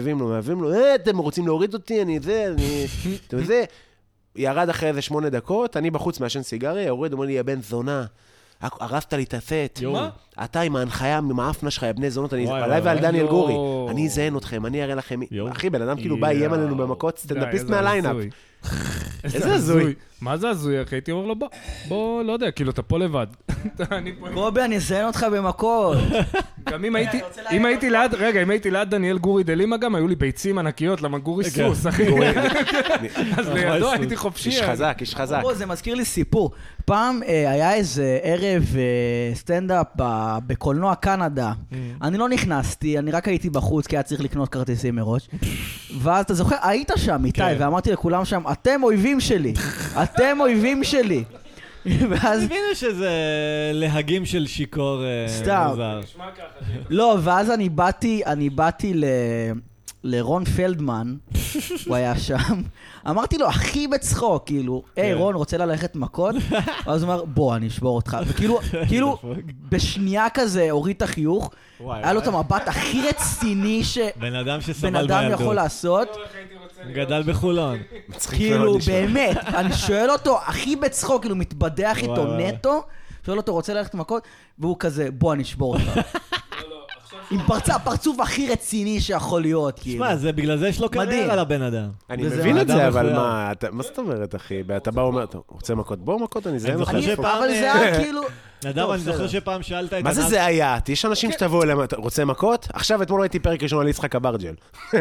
אתם רוצים להוריד אותי, אתם זה. ירד אחרי איזה 8 דקות, אני בחוץ מעשן סיגריה, יורד, אומר לי, יא בן זונה, הרסת לי את הסט. אתה עם ההנחיה, עם האפנה שלך, יא בני זונות, עליי ועל דניאל גורי. אני אזיין אתכם, אני אראה לכם. אחי, בן אדם כאילו בא, איים עלינו במכות, סטנדאפיסט מהליינאפ. איזה הזוי. מה זה הזוי, אחי? הייתי אומר לו, בוא, לא יודע, כאילו, אתה פה לבד. קובי, אני אזיין אותך במכות. גם אם הייתי ליד דניאל גורי דלימה גם, היו לי ביצים ענקיות, למה גורי סוס, אחי. אז לידו הייתי חופשי. איש חזק. זה מזכיר לי סיפור. פעם היה איזה ערב סטנדאפ בקולנוע קנדה. אני לא נכנסתי, אני רק הייתי בחוץ, כי היה צריך לקנות כרטיסים מראש. ואז אתה זוכר, היית שם איתי, ואמרתי לכולם שם, אתם אויבים שלי. אתם אויבים שלי. ואז... הבינו שזה להגים של שיקור מוזר. לא, ואז אני באתי לרון פלדמן, הוא היה שם, אמרתי לו, הכי בצחוק, כאילו, היי רון, רוצה ללכת מכות? ואז הוא אומר, בוא, אני אשבור אותך. וכאילו, בשנייה כזה הוריד את החיוך, היה לו את המבט הכי רציני שבן אדם יכול לעשות. גדל בחולון. כאילו, באמת, אני שואל אותו, הכי בצחוק, כאילו, מתבדח איתו נטו, שואל אותו, רוצה ללכת מכות? והוא כזה, בוא, אני אשבור אותך. עם הפרצוף הכי רציני שיכול להיות, כאילו. שמע, זה בגלל זה יש לו קריירה לבן אדם. אני מבין את זה, אבל מה זאת אומרת, אחי? אתה בא ואומר, אתה רוצה מכות? בוא מכות, אני זיין אותך. אבל זה היה כאילו... נדב, אני זוכר שפעם שאלת את... מה זה היה? יש אנשים שתבואו אליהם, רוצה מכות? עכשיו, אתמול ראיתי פרק ראשון על יצחק אברג'ל.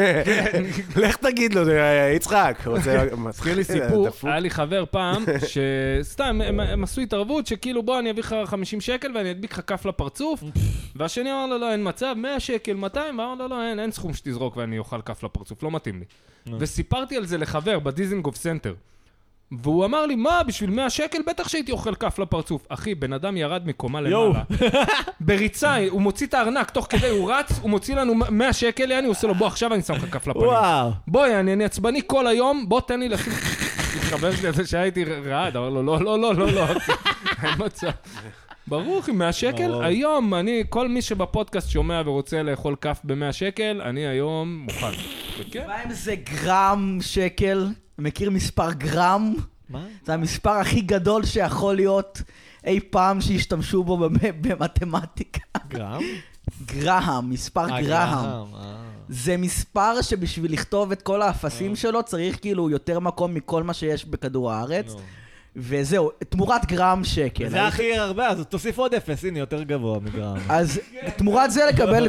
לך תגיד לו, יצחק, רוצה... מזכיר לי סיפור, היה לי חבר פעם, שסתם, הם עשו התערבות, שכאילו בוא, אני אביא לך 50 שקל ואני אדביק לך כף לפרצוף, והשני אמר לו, לא, אין מצב, 100 שקל, 200, ואמר לו, לא, אין סכום שתזרוק ואני אוכל כף לפרצוף, לא מתאים לי. וסיפרתי על זה לחבר בדיזינגוף סנטר. והוא אמר לי, מה, בשביל 100 שקל? בטח שהייתי אוכל כף לפרצוף. אחי, בן אדם ירד מקומה למעלה. בריצה, הוא מוציא את הארנק, תוך כדי הוא רץ, הוא מוציא לנו 100 שקל, אני עושה לו, בוא, עכשיו אני שם לך כף לפנים. בואי, אני עצבני כל היום, בוא, תן לי לשים... חבר שלי הזה שהייתי רעד, אמר לו, לא, אין מצב. ברוך, עם 100 שקל, היום, כל מי שבפודקאסט שומע ורוצה לאכול כף ב100 שקל, אני היום מוכן. מה אם זה גרם שקל? מכיר מספר גרם? מה? זה המספר הכי גדול שיכול להיות אי פעם שהשתמשו בו במתמטיקה. גרם? גרהם, מספר גרהם. זה מספר שבשביל לכתוב את כל האפסים שלו צריך כאילו יותר מקום מכל מה שיש בכדור הארץ. וזהו, תמורת גרם שקל. זה הכי הרבה, אז תוסיף עוד אפס, הנה, יותר גבוה מגרם. אז תמורת זה לקבל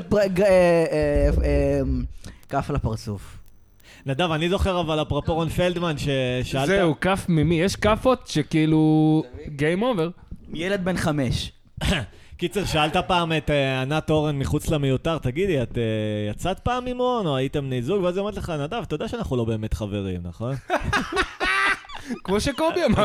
כף לפרצוף. נדב, אני זוכר אבל אפרופו רון פלדמן ששאלת... זהו, כף ממי? יש כפות שכאילו... גיים אובר. ילד בן 5. קיצר, שאלת פעם את ענת אורן מחוץ למיותר, תגידי, את יצאת פעם עם רון או הייתם בני זוג? ואז היא אומרת לך, נדב, אתה יודע שאנחנו לא באמת חברים, נכון? כמו שקובי אמר.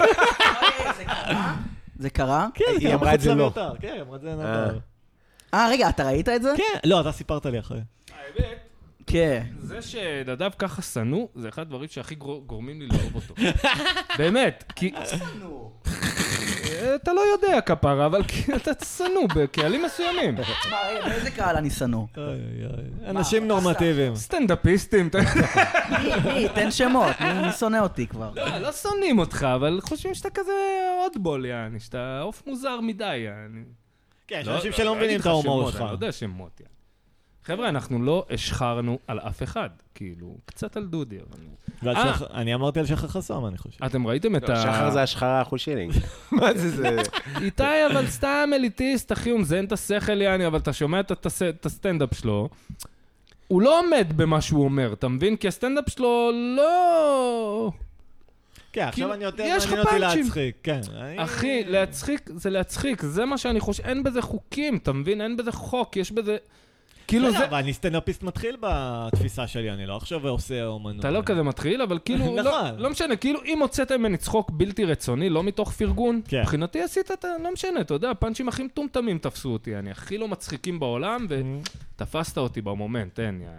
זה קרה? כן, היא אמרה את זה לא. כן, היא אמרה את זה נדב. רגע, אתה ראית את זה? כן, לא, אתה סיפרת לי אחרי. האמת, כן. זה שנדב ככה שנוא, זה אחד הדברים שהכי גורמים לי לאהוב אותו. באמת, כי... אתה לא יודע כפרה, אבל אתה שנוא בקהלים מסוימים. מה, באיזה קהל אני שנוא? אנשים נורמטיביים. סטנדאפיסטים. מי, תן שמות, מי שונא אותי כבר? לא שונאים אותך, אבל חושבים שאתה כזה אוטבול, יעני, שאתה עוף מוזר מדי, יעני. כן, יש אנשים שלא מבינים את ההומור שלך. אני לא יודע שמות, יעני. חבר'ה, אנחנו לא השחרנו על אף אחד, כאילו, קצת על דודי. אני אמרתי על שחר חסום, אני חושב. אתם ראיתם את ה... שחר זה השחרה אחושילינג. מה זה? איתי, אבל סתם אליטיסט, אחי, הוא מזיין את השכל, יעני, אבל אתה שומע את הסטנדאפ שלו, הוא לא עומד במה שהוא אומר, אתה מבין? כי הסטנדאפ שלו לא... כן, עכשיו אני יותר מעניין אותי להצחיק, כן. אחי, להצחיק זה להצחיק, זה מה שאני חושב, אין בזה חוקים, אתה מבין? אין בזה חוק, יש בזה... כאילו זה... אבל אני סטנדאפיסט מתחיל בתפיסה שלי, אני לא עכשיו עושה אומנות. אתה לא כזה מתחיל, אבל כאילו, לא משנה, כאילו אם הוצאת ממני צחוק בלתי רצוני, לא מתוך פרגון, מבחינתי עשית, לא משנה, אתה יודע, הפאנצ'ים הכי מטומטמים תפסו אותי, אני הכי לא מצחיקים בעולם, ותפסת אותי במומנט,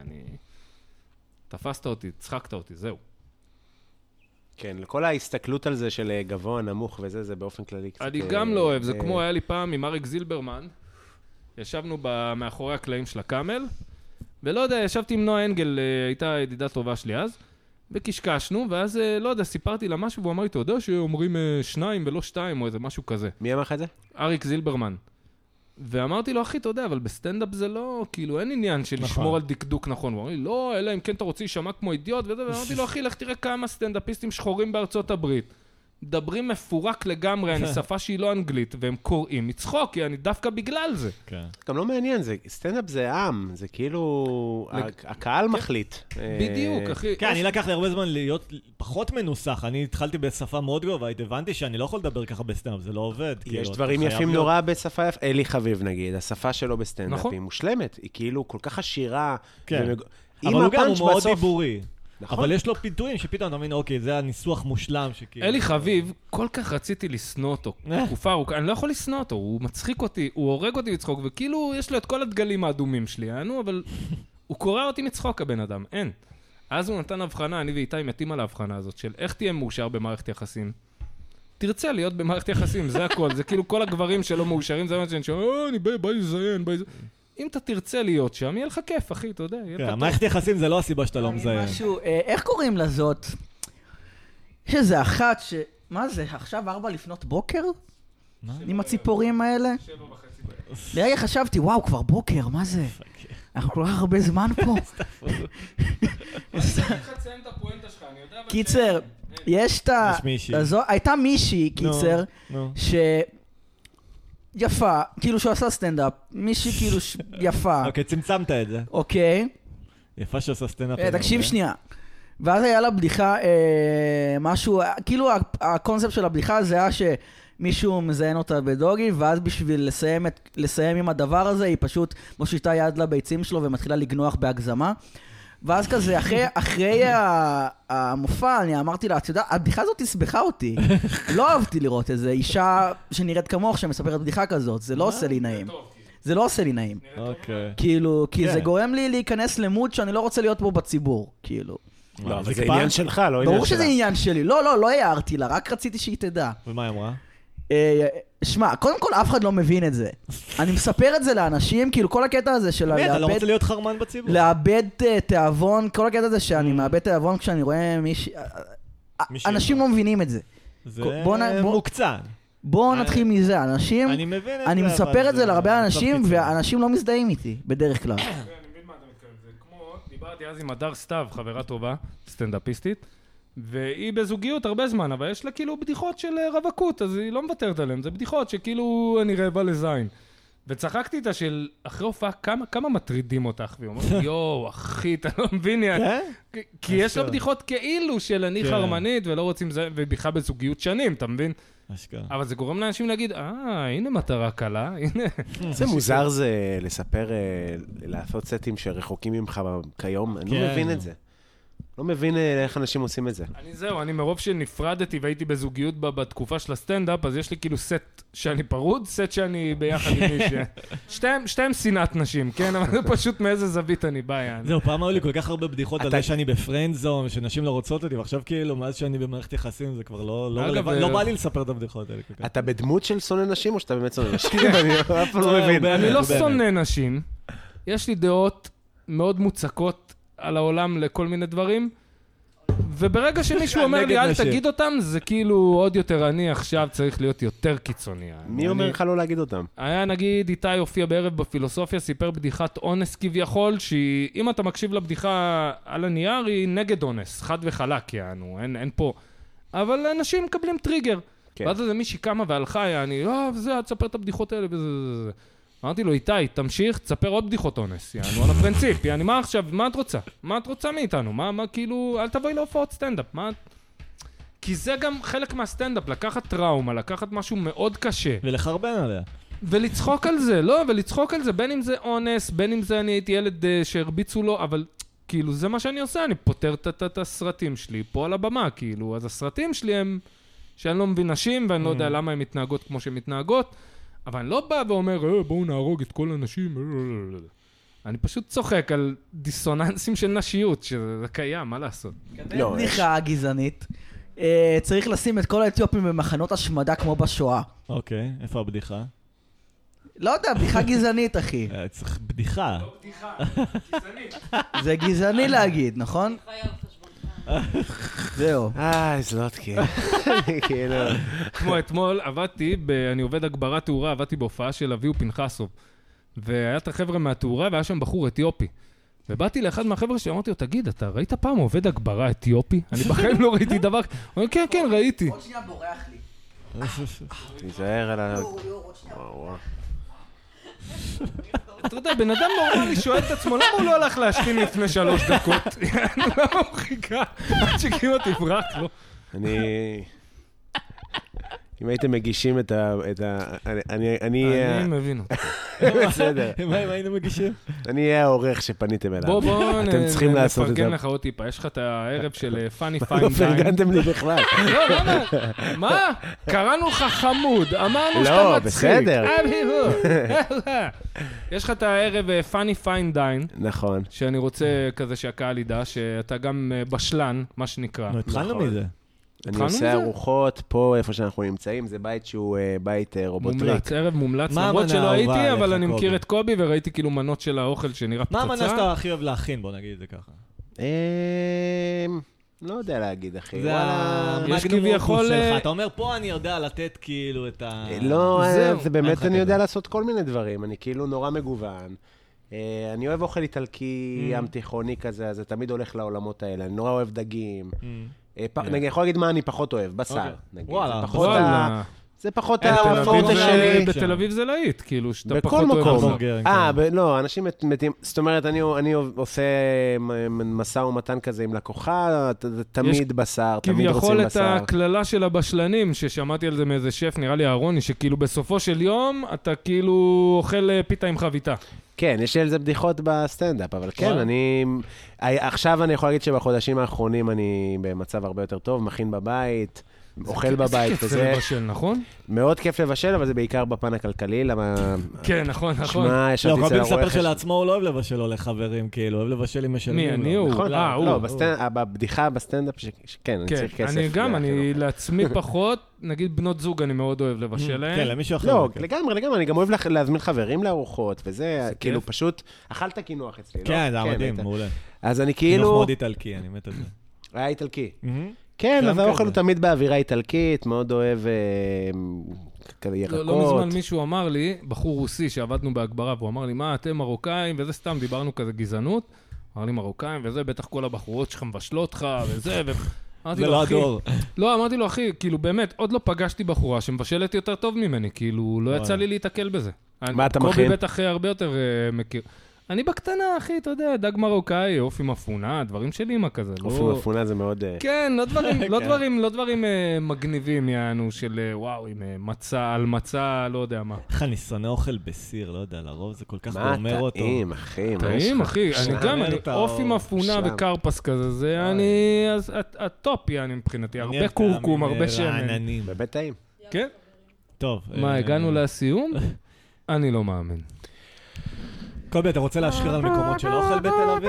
תפסת אותי, צחקת אותי, זהו. כן, לכל ההסתכלות על זה של גבוה, נמוך וזה, זה באופן כללי קצת... אני גם לא אוהב, זה כמו היה לי פעם עם אריק זילברמן, ישבנו מאחורי הקלעים של הקאמל, ולא יודע, ישבתי עם נועה אנגל, הייתה ידידה טובה שלי אז, וקשקשנו, ואז, לא יודע, סיפרתי לה משהו, והוא אמר לי, אתה יודע שאומרים 2 ולא 2, או איזה משהו כזה. מי אמר לך את זה? אריק זילברמן. ואמרתי לו, אחי, אתה יודע, אבל בסטנדאפ זה לא, כאילו, אין עניין של לשמור על דקדוק נכון. הוא אמר לי, לא, אלא אם כן אתה רוצה להישמע כמו אידיוט, ואמרתי לו, אחי, לך תראה כמה סטנדאפיסטים שחורים בארצות הברית. מדברים מפורק לגמרי, אני שפה שהיא לא אנגלית, והם קוראים מצחוק, כי אני דווקא בגלל זה. גם לא מעניין, סטנדאפ זה עם, זה כאילו, הקהל מחליט. בדיוק, אחי. כן, אני לקח לי הרבה זמן להיות פחות מנוסח, אני התחלתי בשפה מאוד גבוהה, הבנתי שאני לא יכול לדבר ככה בסטנדאפ, זה לא עובד. יש דברים יפים נורא בשפה, אלי חביב נגיד, השפה שלו בסטנדאפ היא מושלמת, היא כאילו כל כך עשירה. אבל הוא גם מאוד דיבורי. אבל יש לו פיתויים שפתאום אתה מבין, אוקיי, זה הניסוח מושלם שכאילו... אלי חביב, כל כך רציתי לשנוא אותו, תקופה ארוכה, אני לא יכול לשנוא אותו, הוא מצחיק אותי, הוא הורג אותי מצחוק, וכאילו יש לו את כל הדגלים האדומים שלי, אבל הוא קורא אותי מצחוק הבן אדם, אין. אז הוא נתן הבחנה, אני ואיתי מתים על ההבחנה הזאת, של איך תהיה מאושר במערכת יחסים. תרצה להיות במערכת יחסים, זה הכל, זה כאילו כל הגברים שלא מאושרים, זה מה שאני שומע, אני בא לזיין, אם אתה תרצה להיות שם, יהיה לך כיף, אחי, אתה יודע, יהיה לך טוב. מערכת יחסים זה לא הסיבה שאתה לא מזיין. איך קוראים לזאת? יש איזה אחת ש... מה זה, עכשיו 4 לפנות בוקר? עם הציפורים האלה? 7:30. לרגע חשבתי, וואו, כבר בוקר, מה זה? אנחנו כל כך הרבה זמן פה. קיצר, יש את ה... הייתה מישהי, קיצר, ש... יפה, כאילו שהוא עשה סטנדאפ, מישהי כאילו יפה. אוקיי, צמצמת את זה. אוקיי. יפה שעושה סטנדאפ. תקשיב שנייה. ואז היה לה בדיחה, משהו, כאילו הקונספט של הבדיחה זה היה שמישהו מזיין אותה בדוגי, ואז בשביל לסיים עם הדבר הזה, היא פשוט מושיטה יד לביצים שלו ומתחילה לגנוח בהגזמה. ואז כזה, אחרי המופע, אני אמרתי לה, אתה יודע, הבדיחה הזאת תסבכה אותי. לא אהבתי לראות איזה אישה שנראית כמוך שמספרת בדיחה כזאת, זה לא עושה לי נעים. זה לא עושה לי נעים. כאילו, כי זה גורם לי להיכנס למוד שאני לא רוצה להיות בו בציבור, כאילו. לא, אבל זה עניין שלך, לא עניין שלה. ברור שזה עניין שלי. לא הערתי לה, רק רציתי שהיא תדע. ומה היא אמרה? שמע, קודם כל אף אחד לא מבין את זה. אני מספר את זה לאנשים, כאילו כל הקטע הזה של לאבד... אתה לא רוצה להיות חרמן בציבור? לאבד תיאבון, כל הקטע הזה שאני מאבד תיאבון כשאני רואה מישהי... אנשים לא מבינים את זה. זה מוקצן. בואו נתחיל מזה, אנשים... אני מבין את זה, אני מספר את זה להרבה אנשים, ואנשים לא מזדהים איתי, בדרך כלל. אני מבין מה אתה מתכוון. זה כמו, דיברתי אז עם הדר סתיו, חברה טובה, סטנדאפיסטית, והיא בזוגיות הרבה זמן, אבל יש לה כאילו בדיחות של רווקות, אז היא לא מוותרת עליהן. זה בדיחות שכאילו אני רעבה לזין. וצחקתי איתה של אחרי הופעה, כמה מטרידים אותך? והיא אומרת, יואו, אחי, אתה לא מבין, כי יש לה בדיחות כאילו של אני חרמנית ולא רוצים זה, ובכלל בזוגיות שנים, אתה מבין? אבל זה גורם לאנשים להגיד, הנה מטרה קלה, הנה. זה מוזר זה לספר, לעשות סטים שרחוקים ממך כיום, אני לא מבין את זה. לא מבין איך אנשים עושים את זה. אני מרוב שנפרדתי והייתי בזוגיות בתקופה של הסטנדאפ, אז יש לי כאילו סט שאני פרוד, סט שאני ביחד עם מישהו. שתיהם שנאת נשים, כן? אבל זה פשוט מאיזה זווית אני בא, יעני. זהו, פעם היו לי כל כך הרבה בדיחות על זה שאני בפרנד זון, שנשים לא רוצות אותי, ועכשיו כאילו, מאז שאני במערכת יחסים, זה כבר לא בא לי לספר את הבדיחות האלה. אתה בדמות של שונא נשים, או שאתה באמת שונא נשים? אני אף פעם לא מבין. אני לא שונא נשים. יש לי דעות מאוד מוצקות על העולם לכל מיני דברים, וברגע שמישהו אומר לי, אל תגיד אותם, זה כאילו עוד יותר אני עכשיו צריך להיות יותר קיצוני. מי אומר לך לא להגיד אותם? היה נגיד, איתי הופיע בערב בפילוסופיה, סיפר בדיחת אונס כביכול, שאם אתה מקשיב לבדיחה על הנייר, היא נגד אונס, חד וחלק, יענו, אין פה. אבל אנשים מקבלים טריגר. ואז זה מישהי קמה והלכה, אני, תספר את הבדיחות האלה וזה. אמרתי לו, איתי, תמשיך, תספר עוד בדיחות אונס, יענו, על הפרינציפ, יעני, מה עכשיו, מה את רוצה? מה את רוצה מאיתנו? מה, כאילו, אל תבואי להופעות סטנדאפ, מה? כי זה גם חלק מהסטנדאפ, לקחת טראומה, לקחת משהו מאוד קשה. ולחרבן עליה. ולצחוק על זה, לא, ולצחוק על זה, בין אם זה אונס, בין אם זה אני הייתי ילד שהרביצו לו, אבל כאילו, זה מה שאני עושה, אני פותר את הסרטים שלי פה על הבמה, כאילו, אז הסרטים שלי הם שאני לא מבין נשים, ואני לא יודע למה הן מתנהגות כמו שהן מתנהגות, אבל אני לא בא ואומר, בואו נהרוג את כל הנשים. אני פשוט צוחק על דיסוננסים של נשיות, שזה קיים, מה לעשות? לא, בדיחה גזענית. צריך לשים את כל האתיופים במחנות השמדה כמו בשואה. אוקיי, איפה הבדיחה? לא יודע, בדיחה גזענית, אחי. צריך בדיחה. לא בדיחה, גזענית. זה גזעני להגיד, נכון? זהו. זלוטקי. כמו אתמול עבדתי, אני עובד הגברת תאורה, עבדתי בהופעה של אביהו פנחסוב. והיה את החבר'ה מהתאורה, והיה שם בחור אתיופי. ובאתי לאחד מהחבר'ה שאמרתי לו, תגיד, אתה ראית פעם עובד הגברה אתיופי? אני בחיים לא ראיתי דבר. הוא אומר, כן, כן, ראיתי. עוד שנייה בורח לי. תיזהר על ה... אתה יודע, בן אדם נורמלי שואל את עצמו, למה הוא לא הלך להשתין לפני 3 דקות? למה הוא חיכה? עד שכאילו תברח לו. אם הייתם מגישים את ה... אני מבין אותו. בסדר. מה היינו מגישים? אני אהיה העורך שפניתם אליו. בוא נפרגן לך עוד טיפה. יש לך את הערב של פאני פיין דיין. לא פרגנתם לי בכלל. לא, מה? קראנו לך חמוד. אמרנו שאתה מצחיק. לא, בסדר. יש לך את הערב פאני פיין דיין. נכון. שאני רוצה כזה שהקהל ידע, שאתה גם בשלן, מה שנקרא. התחלנו מזה. אני עושה ארוחות פה, איפה שאנחנו נמצאים, זה בית שהוא בית רובוטריק. מומלץ, ערב מומלץ, למרות שלא הייתי, אבל אני מכיר את קובי וראיתי כאילו מנות של האוכל שנראה פצצה. מה המנה שאתה הכי אוהב להכין, בוא נגיד את זה ככה? לא יודע להגיד, אחי. זה המגנום אופוס שלך, אתה אומר, פה אני יודע לתת כאילו את ה... לא, זה באמת אני יודע לעשות כל מיני דברים, אני כאילו נורא מגוון. אני אוהב אוכל איטלקי, ים תיכוני כזה, אז זה תמיד הולך לעולמות האלה, אני נורא אוהב דגים. אני יכול להגיד מה אני פחות אוהב, בשר. זה פחות הפורטה שלי. בתל אביב זה להיט, כאילו שאתה פחות אוהב בשר. לא, אנשים מתים, זאת אומרת, אני עושה משא ומתן כזה עם לקוחה, זה תמיד בשר, תמיד רוצים בשר. כביכול את הכללה של הבשלנים, ששמעתי על זה מאיזה שף, נראה לי אהרוני, שכאילו בסופו של יום, אתה כאילו אוכל פיתה עם חביתה. כן, יש על זה בדיחות בסטנדאפ, אבל כן, עכשיו אני יכול להגיד שבחודשים האחרונים אני במצב הרבה יותר טוב, מכין בבית, אוכל בבית וזה. זה כיף לבשל, נכון? מאוד כיף לבשל, אבל זה בעיקר בפן הכלכלי, למה... כן, נכון. שמע, יש אותי אצל מספר שלעצמו הוא לא אוהב לבשל או לחברים, כאילו, אוהב לבשל עם משלמים. מי, אני הוא? נכון, לא, בבדיחה, בסטנדאפ, כן, אני צריך כסף. אני גם, אני לעצמי פחות, נגיד בנות זוג אני מאוד אוהב לבשל להם. כן, למישהו אחר. לא, לגמרי, אני גם אוהב להזמין חברים לארוחות, וזה כאילו פשוט, אכלת קינוח אצלי, לא? כן, זה היה מדהים, מעולה. אז אני כאילו... קינוח מאוד איטלקי, אני מת על זה. היה איטלקי. כן, אז האוכל הוא תמיד באווירה איטלקית, מאוד אוהב כזה ירקות. לא מזמן מישהו אמר לי, בחור רוסי שעבדנו בהגברה, והוא אמר לי, מה, אתם מרוקאים, וזה סתם, דיברנו כזה גזענות. אמר לי, מרוקאים, וזה, בטח כל הבחורות שלך מבשלות לך, וזה, זה לא הדור. לא, אמרתי לו, אחי, כאילו, באמת, עוד לא פגשתי בחורה שמבשלת יותר טוב ממני, כאילו, לא יצא לי להתעכל בזה. מה אתה מכין? קובי בטח הרבה יותר מכיר. אני בקטנה, אחי, אתה יודע, דג מרוקאי, אופי מפונה, דברים של אמא כזה. אופי מפונה זה מאוד... כן, לא דברים מגניבים יענו של וואו, עם מצה, על מצה, לא יודע מה. איך אני שונא אוכל בסיר, לא יודע, לרוב זה כל כך גומר אותו. מה טעים, אחי? טעים, אחי. אני גם, אופי מפונה וקרפס כזה, זה אני, הטופ יעני מבחינתי, הרבה קורקום, הרבה שמן. באמת טעים. כן? טוב. מה, הגענו לסיום? אני לא מאמין. קובי, אתה רוצה להשחיר על מקומות של אוכל בתל אביב?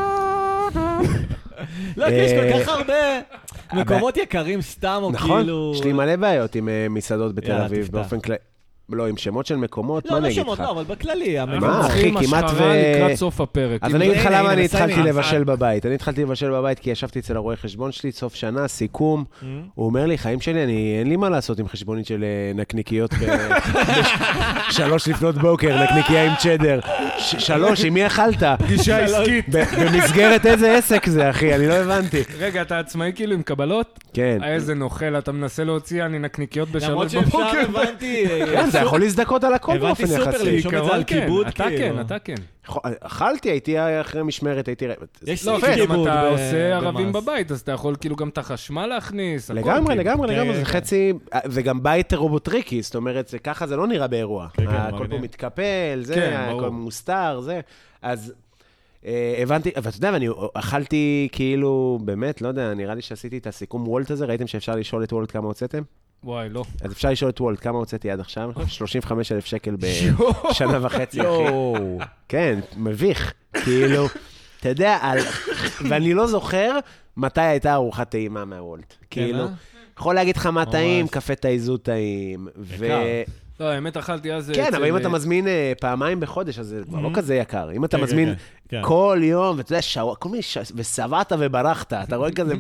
לא, כי יש כל כך הרבה מקומות יקרים סתם, או כאילו... נכון, יש לי מלא בעיות עם מסעדות בתל אביב, באופן כללי. לא, עם שמות של מקומות, מה נגיד לך? לא, לא שמות, לא, אבל בכללי. מה, אחי, כמעט לקראת סוף הפרק. אז אני אגיד לך למה אני התחלתי לבשל בבית. אני התחלתי לבשל בבית כי ישבתי אצל הרואה חשבון שלי, סוף שנה, סיכום. הוא אומר לי, חיים שלי, אין לי מה לעשות עם חשבונית של נקניקיות ב3 לפנות בוקר, נקניקיה עם צ'דר. 3, עם מי אכלת? פגישה עסקית. במסגרת איזה עסק זה, אחי? אני לא הבנתי. רגע, אתה עצמאי כאילו עם קבלות? כן. איזה נוכל, אתה מנסה להוציא אני נקניקיות ב3 בבוקר. אתה יכול להזדקות על הכל באופן יחסי. הבנתי סופר לרשום את זה על כיבוד. אתה כן. אכלתי, הייתי אחרי משמרת, הייתי... לא, גם אתה עושה ערבים בבית, אז אתה יכול כאילו גם את החשמל להכניס. לגמרי, זה חצי... זה גם בית רובוטריקי, זאת אומרת, ככה זה לא נראה באירוע. הכל פה מתקפל, זה, הכל מוסתר, זה. אז הבנתי, ואתה יודע, ואני אכלתי כאילו, באמת, לא יודע, נראה לי שעשיתי את הסיכום וולט הזה, ראיתם שאפשר לשאול את וולט כמה הוצאתם? וואי, לא. אז אפשר לשאול את וולט, כמה הוצאתי עד עכשיו? 35,000 שקל בשנה וחצי, אחי. כן, מביך. כאילו, אתה יודע, ואני לא זוכר מתי הייתה ארוחת טעימה מהוולט. כאילו, יכול להגיד לך מה טעים, קפה טעיזות טעים, לא, האמת אכלתי אז... כן, אבל אם אתה מזמין פעמיים בחודש, אז זה לא כזה יקר. אם אתה מזמין כל יום, ואתה יודע, כל מיני ושבעת וברחת, אתה רואה כזה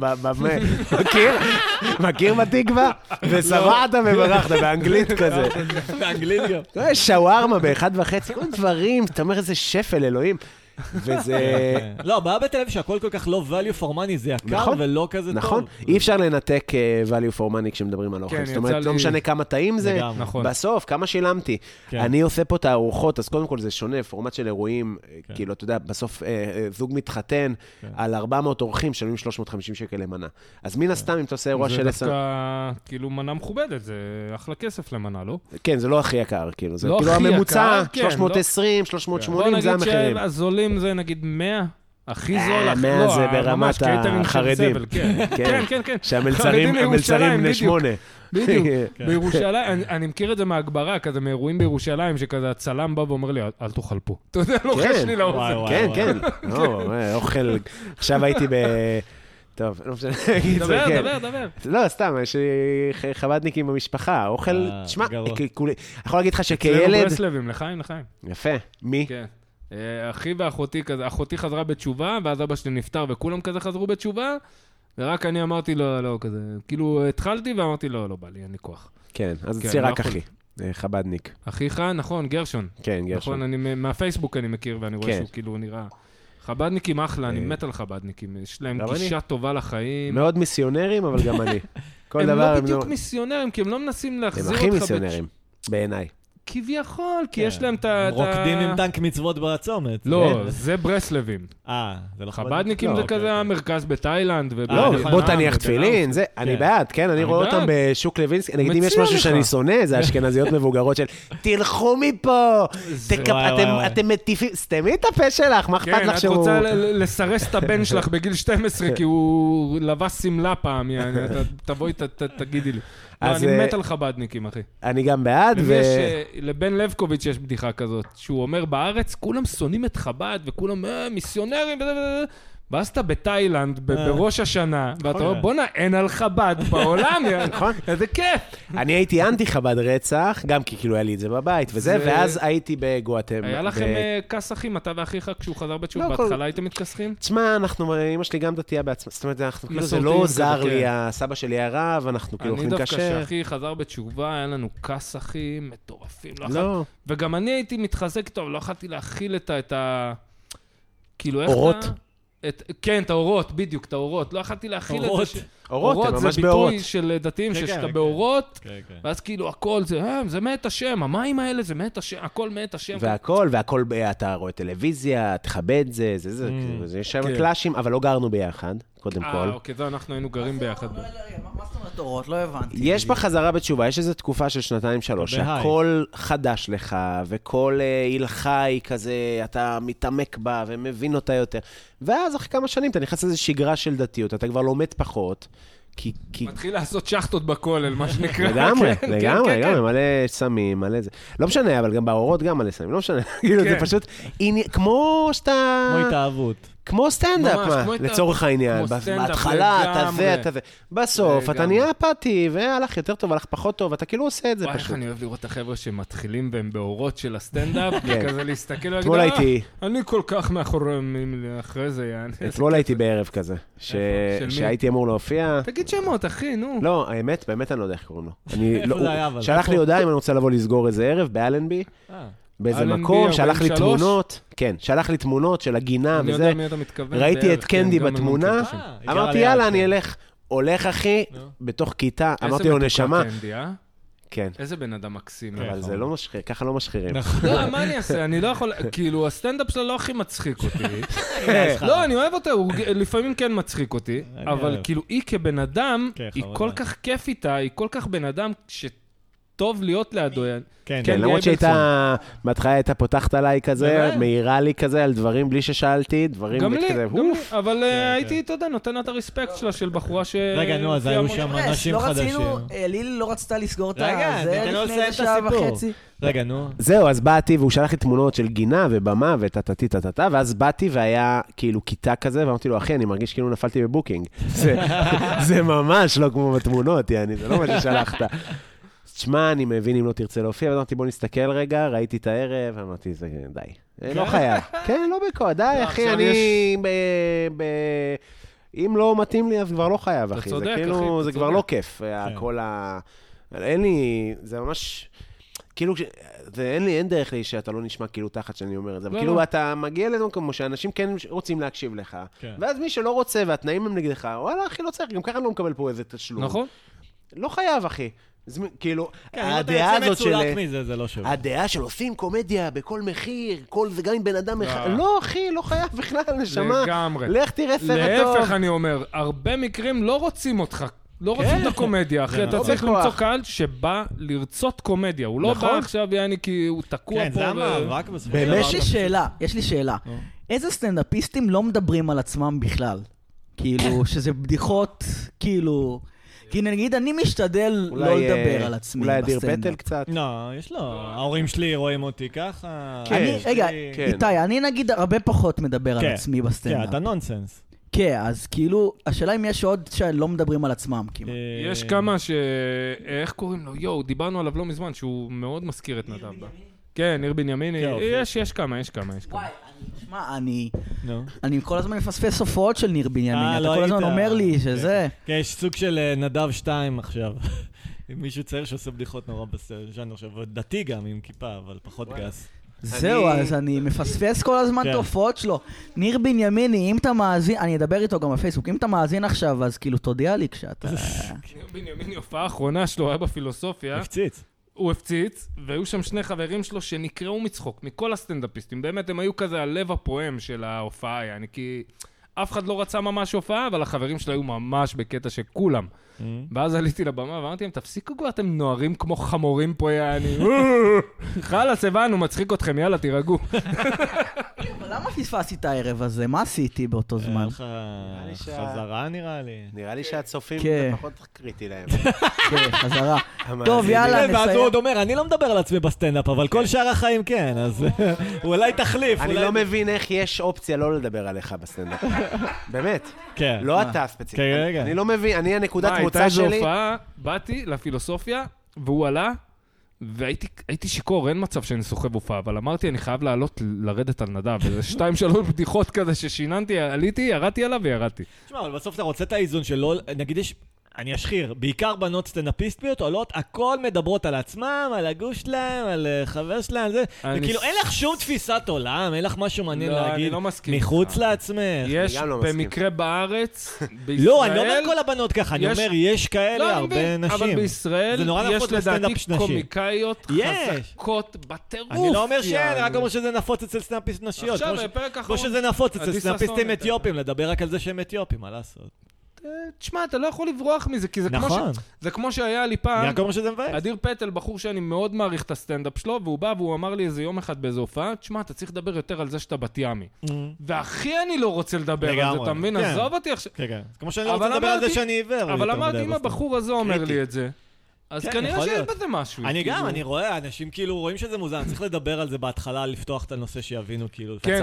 מכיר בתקווה? ושבעת וברחת, באנגלית כזה. באנגלית גם. שווארמה ב1.5, כל דברים, אתה אומר איזה שפל, אלוהים. וזה... לא, הבאה בתל אביב שהכל כל כך לא value for money, זה יקר ולא כזה טוב. נכון, אי אפשר לנתק value for money כשמדברים על אוכל. זאת אומרת, לא משנה כמה טעים זה, בסוף, כמה שילמתי. אני עושה פה את הארוחות, אז קודם כל זה שונה, פורמט של אירועים, כאילו, אתה יודע, בסוף זוג מתחתן על 400 אורחים, שלמים 350 שקל למנה. אז מן הסתם, אם אתה עושה אירוע של... זה דווקא, כאילו, מנה מכובדת, זה אחלה כסף למנה, לא? כן, זה לא הכי יקר, כאילו, זה כאילו הממוצע, 320, 380, זה המחירים. זה נגיד 100, הכי זול. 100 זה ברמת החרדים. כן. שהמלצרים בני 8. בדיוק. בירושלים, אני מכיר את זה מהגברה, כזה מאירועים בירושלים, שכזה הצלם בא ואומר לי, אל תאכל פה. אתה יודע, לוחש לי לאוזן. כן. אוכל. עכשיו הייתי טוב, לא משנה להגיד זה, כן. דבר. לא, סתם, יש חבדניקים במשפחה, אוכל, תשמע, אני יכול להגיד לך שכילד... אצלנו ברסלבים, לחיים. יפה, מי? כן. אחי ואחותי כזה, אחותי חזרה בתשובה, ואז אבא שלי נפטר, וכולם כזה חזרו בתשובה, ורק אני אמרתי לא, כזה, כאילו התחלתי ואמרתי לא, בא לי, אין לי כוח. כן, אז אצלי רק אחי, חבדניק. אחיך, נכון, גרשון. כן, גרשון. נכון, מהפייסבוק אני מכיר, ואני רואה שהוא כאילו נראה... חבדניקים אחלה, אני מת על חבדניקים, יש להם גישה טובה לחיים. מאוד מיסיונרים, אבל גם אני. הם לא בדיוק מיסיונרים, כי הם לא מנסים להחזיר אותך... הם הכי מיסיונרים, בעיניי. כביכול, כי יש להם את ה... רוקדים עם טנק מצוות בצומת. לא, זה ברסלבים. זה לא חבדניקים זה כזה המרכז בתאילנד. לא, בוא תניח תפילין, זה, אני בעד, כן, אני רואה אותם בשוק לוינסקי, נגיד אם יש משהו שאני שונא, זה אשכנזיות מבוגרות של, תלכו מפה, אתם מטיפים, סתמי את הפה שלך, מה אכפת לך שהוא... כן, את רוצה לסרס את הבן שלך בגיל 12, כי הוא לבש סמלה פעם, תבואי, תגידי לי. אני מת על חבדניקים, אחי. אני גם בעד, לבן לבקוביץ' יש בדיחה כזאת, שהוא אומר בארץ, כולם שונאים את חבד, וכולם מיסיונרים, ואז אתה בתאילנד, בראש השנה, ואתה אומר, בונה, אין על חב"ד בעולם, נכון? איזה כיף. אני הייתי אנטי חב"ד רצח, גם כי כאילו היה לי את זה בבית וזה, ואז הייתי בגואטמלה. היה לכם כסחים, אתה ואחיך, כשהוא חזר בתשובה, בהתחלה הייתם מתכסחים? תשמע, אמא שלי גם דתייה בעצמה, זאת אומרת, זה לא עזר לי, הסבא שלי הרב, אנחנו כאילו הולכים קשה. אני דווקא שאחי חזר בתשובה, היה לנו כסחים מטורפים. וגם אני הייתי מתחזק טוב, לא יכולתי להכיל את ה... כאילו, איך אתה... כן, את האורות, בדיוק, את האורות. לא יכולתי להכיל את זה. אורות זה ביטוי של דתיים, שאתה באורות, ואז כאילו הכל זה מת השם, המים האלה זה מת השם, הכל מת השם. והכל, אתה רואה טלוויזיה, תכבד זה, יש שם קלאשים, אבל לא גרנו ביחד, קודם כל. אוקיי, זה אנחנו היינו גרים ביחד. מה זאת אומרת אורות? לא הבנתי. יש בחזרה בתשובה, יש איזו תקופה של 2-3, שהכל חדש לך, וכל הלכה היא כזה, אתה מתעמק בה ומבין אותה יותר. ואז אחרי כמה שנים אתה נכנס לאיזו שגרה של דתיות, אתה כבר לומד פחות. מתחיל לעשות שחטות בכולל, מה שנקרא. לגמרי, מלא סמים, מלא זה. לא משנה, אבל גם באורות גם מלא סמים, לא משנה. זה פשוט, כמו שאתה... כמו התאהבות. כמו סטנדאפ, לצורך העניין. בהתחלה, אתה זה. בסוף, אתה נהיה אפאתי, והלך יותר טוב, הלך פחות טוב, אתה כאילו עושה את זה פשוט. אני אוהב לראות את החבר'ה שמתחילים והם באורות של הסטנדאפ, וכזה להסתכל ולהגיד, אני כל כך אחרי זה, יעני. אתמול הייתי בערב כזה, שהייתי אמור להופיע. תגיד שמות, אחי, נו. לא, האמת, באמת אני לא יודע איך קוראים לו. שלח לי הודעה אם אני רוצה לבוא לסגור איזה ערב באלנבי. באיזה מקום, שלח לי תמונות, כן, שלח לי תמונות של הגינה וזה, ראיתי את קנדי בתמונה, אמרתי יאללה אני הולך אחי, בתוך כיתה, אמרתי לו נשמה, כן. איזה בן אדם מקסים. אבל זה לא משחיר, ככה לא משחירים. לא, מה אני אעשה? אני לא יכול, כאילו, הסטנדאפ שלה לא הכי מצחיק אותי. לא, אני אוהב אותה, הוא לפעמים כן מצחיק אותי, אבל כאילו, היא כבן אדם, היא כל כך כיף איתה, היא כל כך בן אדם טוב להיות לידו. כן, למרות שהייתה, בהתחלה הייתה פותחת עליי כזה, מהירה לי כזה על דברים בלי ששאלתי, דברים כזה. גם לי, אבל הייתי, אתה יודע, נותן את הרספקט שלה של בחורה ש... רגע, נו, אז היו שם אנשים חדשים. לילי לא רצתה לסגור את זה לפני איזה שעה וחצי. רגע, נו. זהו, אז באתי והוא שלח לי תמונות של גינה ובמה וטטטטטטה, ואז באתי והיה כאילו כיתה כזה, ואמרתי לו, אחי, אני מרגיש כאילו נפלתי בבוקינג. זה ממש לא כמו בתמונות, יעני, זה לא מה ששלחת. תשמע, אני מבין אם לא תרצה להופיע, ואמרתי, בוא נסתכל רגע, ראיתי את הערב, אמרתי, זה די. לא חייב. כן, לא בקוד, די, אחי, אני... אם לא מתאים לי, אז כבר לא חייב, אחי. זה כאילו, זה כבר לא כיף. כל ה... אין לי... זה ממש... כאילו, אין דרך לי שאתה לא נשמע כאילו תחת שאני אומר את זה. כאילו, אתה מגיע לזה כמו שאנשים כן רוצים להקשיב לך. ואז מי שלא רוצה, והתנאים הם נגדך, וואלה, אחי, לא צריך, גם ככה אני לא מקבל פה איזה תשלום. נכון. לא חייב, אחי. כאילו, הדעה הזאת של... הדעה של עושים קומדיה בכל מחיר, כל זה גם עם בן אדם אחד. לא, אחי, לא חייב בכלל, נשמה. לגמרי. לך תראה סרט טוב. להפך, אני אומר, הרבה מקרים לא רוצים אותך. לא רוצים את הקומדיה, אחי, אתה צריך למצוא קהל שבא לרצות קומדיה. הוא לא בא עכשיו, יעני, כי הוא תקוע פה. כן, זה המאבק בסופו. יש לי שאלה. איזה סטנדאפיסטים לא מדברים על עצמם בכלל? כאילו, שזה בדיחות, כאילו... כי נגיד, אני משתדל לא לדבר על עצמי בסטנדאפ. אולי אדיר פטל קצת? לא, יש לו. ההורים שלי רואים אותי ככה. רגע, איתי, אני נגיד הרבה פחות מדבר על עצמי בסטנדאפ. כן, אתה נונסנס. כן, אז כאילו, השאלה אם יש עוד שלא מדברים על עצמם. יש כמה איך קוראים לו? יואו, דיברנו עליו לא מזמן, שהוא מאוד מזכיר את נדב. כן, ניר בנימיני. יש כמה. וואי, תשמע, אני כל הזמן מפספס הופעות של ניר בנימיני. אתה כל הזמן אומר לי שזה... כן, יש סוג של נדב 2 עכשיו. מישהו צעיר שעושה בדיחות נורא בסרט. עכשיו, דתי גם עם כיפה, אבל פחות גס. זהו, אז אני מפספס כל הזמן את ההופעות שלו. ניר בנימיני, אם אתה מאזין, אני אדבר איתו גם בפייסבוק, אם אתה מאזין עכשיו, אז כאילו תודיע לי כשאתה... ניר בנימיני, הופעה האחרונה שלו היה בפילוסופיה. הפציץ. הוא הפציץ, והיו שם 2 חברים שלו שנקראו מצחוק, מכל הסטנדאפיסטים. באמת, הם היו כזה הלב הפועם של ההופעה, יעני, כי אף אחד לא רצה ממש הופעה, אבל החברים שלו היו ממש בקטע שכולם. ואז עליתי לבמה ואמרתי להם, תפסיקו כבר, אתם נוערים כמו חמורים פה, יעני. חלאס, הבנו, מצחיק אתכם, יאללה, תירגעו. אבל למה פספסתי את הערב הזה? מה עשיתי באותו זמן? חזרה נראה לי. נראה לי שהצופים זה פחות קריטי להם. כן, חזרה. טוב, יאללה, נסיים. ואז הוא עוד אומר, אני לא מדבר על עצמי בסטנדאפ, אבל כל שאר החיים כן, אז אולי תחליף. אני לא מבין איך יש אופציה לא לדבר עליך בסטנדאפ. באמת. לא אתה ספציפית. אני לא מבין, אני הנקודת מוצא שלי. הייתה איזו הופעה, באתי לפילוסופיה, והוא עלה, והייתי שיקור, אין מצב שאני סוחב הופעה, אבל אמרתי, אני חייב לעלות, לרדת על נדב, וזה 2-3 בדיחות כזה ששיננתי, עליתי, ירדתי עליו וירדתי. תשמע, אבל בסוף אתה רוצה את האיזון שלא, נגיד אני אשחיר, בעיקר בנות סטנדאפיסטיות עולות, הכל מדברות על עצמם, על הגוש שלהם, על חבר שלהם, על זה, וכאילו אין לך שום תפיסת עולם, אין לך משהו מעניין להגיד מחוץ לעצמך. יש במקרה בארץ, בישראל... לא, אני לא אומר כל הבנות ככה, אני אומר, יש כאלה הרבה נשים. אבל בישראל יש לדעתי קומיקאיות חזקות בטירוף. אני לא אומר שאין, רק אומר שזה נפוץ אצל סטנדאפיסט נשיות. כמו שזה נפוץ אצל סטנדאפיסטים אתיופים, לדבר רק על זה שהם אתיופים, מה לעשות? תשמע, אתה לא יכול לברוח מזה, כי זה כמו שהיה לי פעם, אדיר פטל, בחור שאני מאוד מעריך את הסטנדאפ שלו, והוא בא והוא אמר לי איזה יום אחד באיזו הופעה, תשמע, אתה צריך לדבר יותר על זה שאתה בת ימי. והכי אני לא רוצה לדבר על זה, אתה מבין? עזוב אותי עכשיו. כמו שאני לא רוצה לדבר על זה שאני עיוור. אבל אמרתי, אם הבחור הזה אומר לי את זה, אז כנראה שיש בזה משהו. אני גם, אני רואה, אנשים כאילו רואים שזה מוזן, צריך לדבר על זה בהתחלה, לפתוח את הנושא שיבינו כאילו. כן,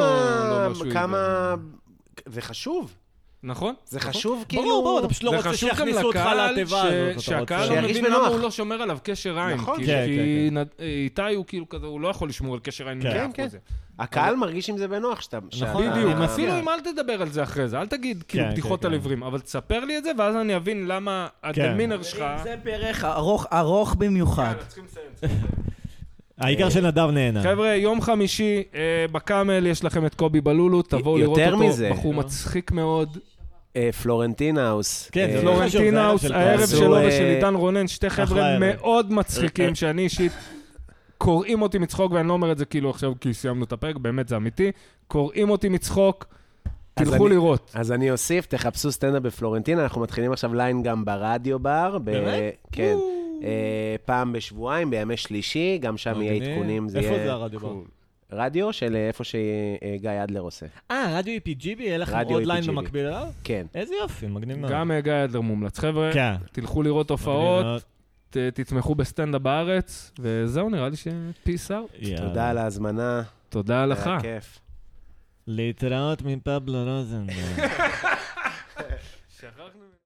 כמה... זה חשוב. נכון. זה חשוב כאילו... ברור, אתה פשוט לא רוצה שיכניסו אותך לתיבה הזאת. שהקהל לא מבין למה הוא לא שומר עליו קשר עין. כי איתי הוא כאילו כזה, הוא לא יכול לשמור על קשר עין. כן, כן. הקהל מרגיש עם זה בנוח שאתה... בדיוק. אפילו אם אל תדבר על זה אחרי זה, אל תגיד כאילו בדיחות על עברים, אבל תספר לי את זה, ואז אני אבין למה הדמינר שלך... זה פרח ארוך במיוחד. העיקר שנדב נהנה. חבר'ה, יום חמישי בקאמל יש לכם את קובי בלולו, תבואו לראות אותו, בחור מצחיק מאוד. פלורנטינהאוס. כן, פלורנטינהאוס, הערב שלו ושל עידן רונן, שתי חבר'ה מאוד מצחיקים, שאני אישית קוראים אותי מצחוק, ואני לא אומר את זה כאילו עכשיו כי סיימנו את הפרק, באמת זה אמיתי, קוראים אותי מצחוק, תלכו לראות. אז אני אוסיף, תחפשו סטנדאפ בפלורנטינה, אנחנו מתחילים עכשיו ליין גם ברדיו בר. באמת? כן. פעם בשבועיים, בימי שלישי, גם שם יהיה עדכונים. איפה זה הרדיו בר? רדיו של איפה שגיא אדלר עושה. רדיו EPGB, יהיה לכם עוד ליין במקביל אליו? כן. איזה יופי, מגניב מאוד. גם גיא אדלר מומלץ. חבר'ה, תלכו לראות הופעות, תתמכו בסטנדאפ בארץ, וזהו, נראה לי שפיס אאוט. תודה על ההזמנה. תודה לך. היה כיף. להתראות מפבלו רוזנברג.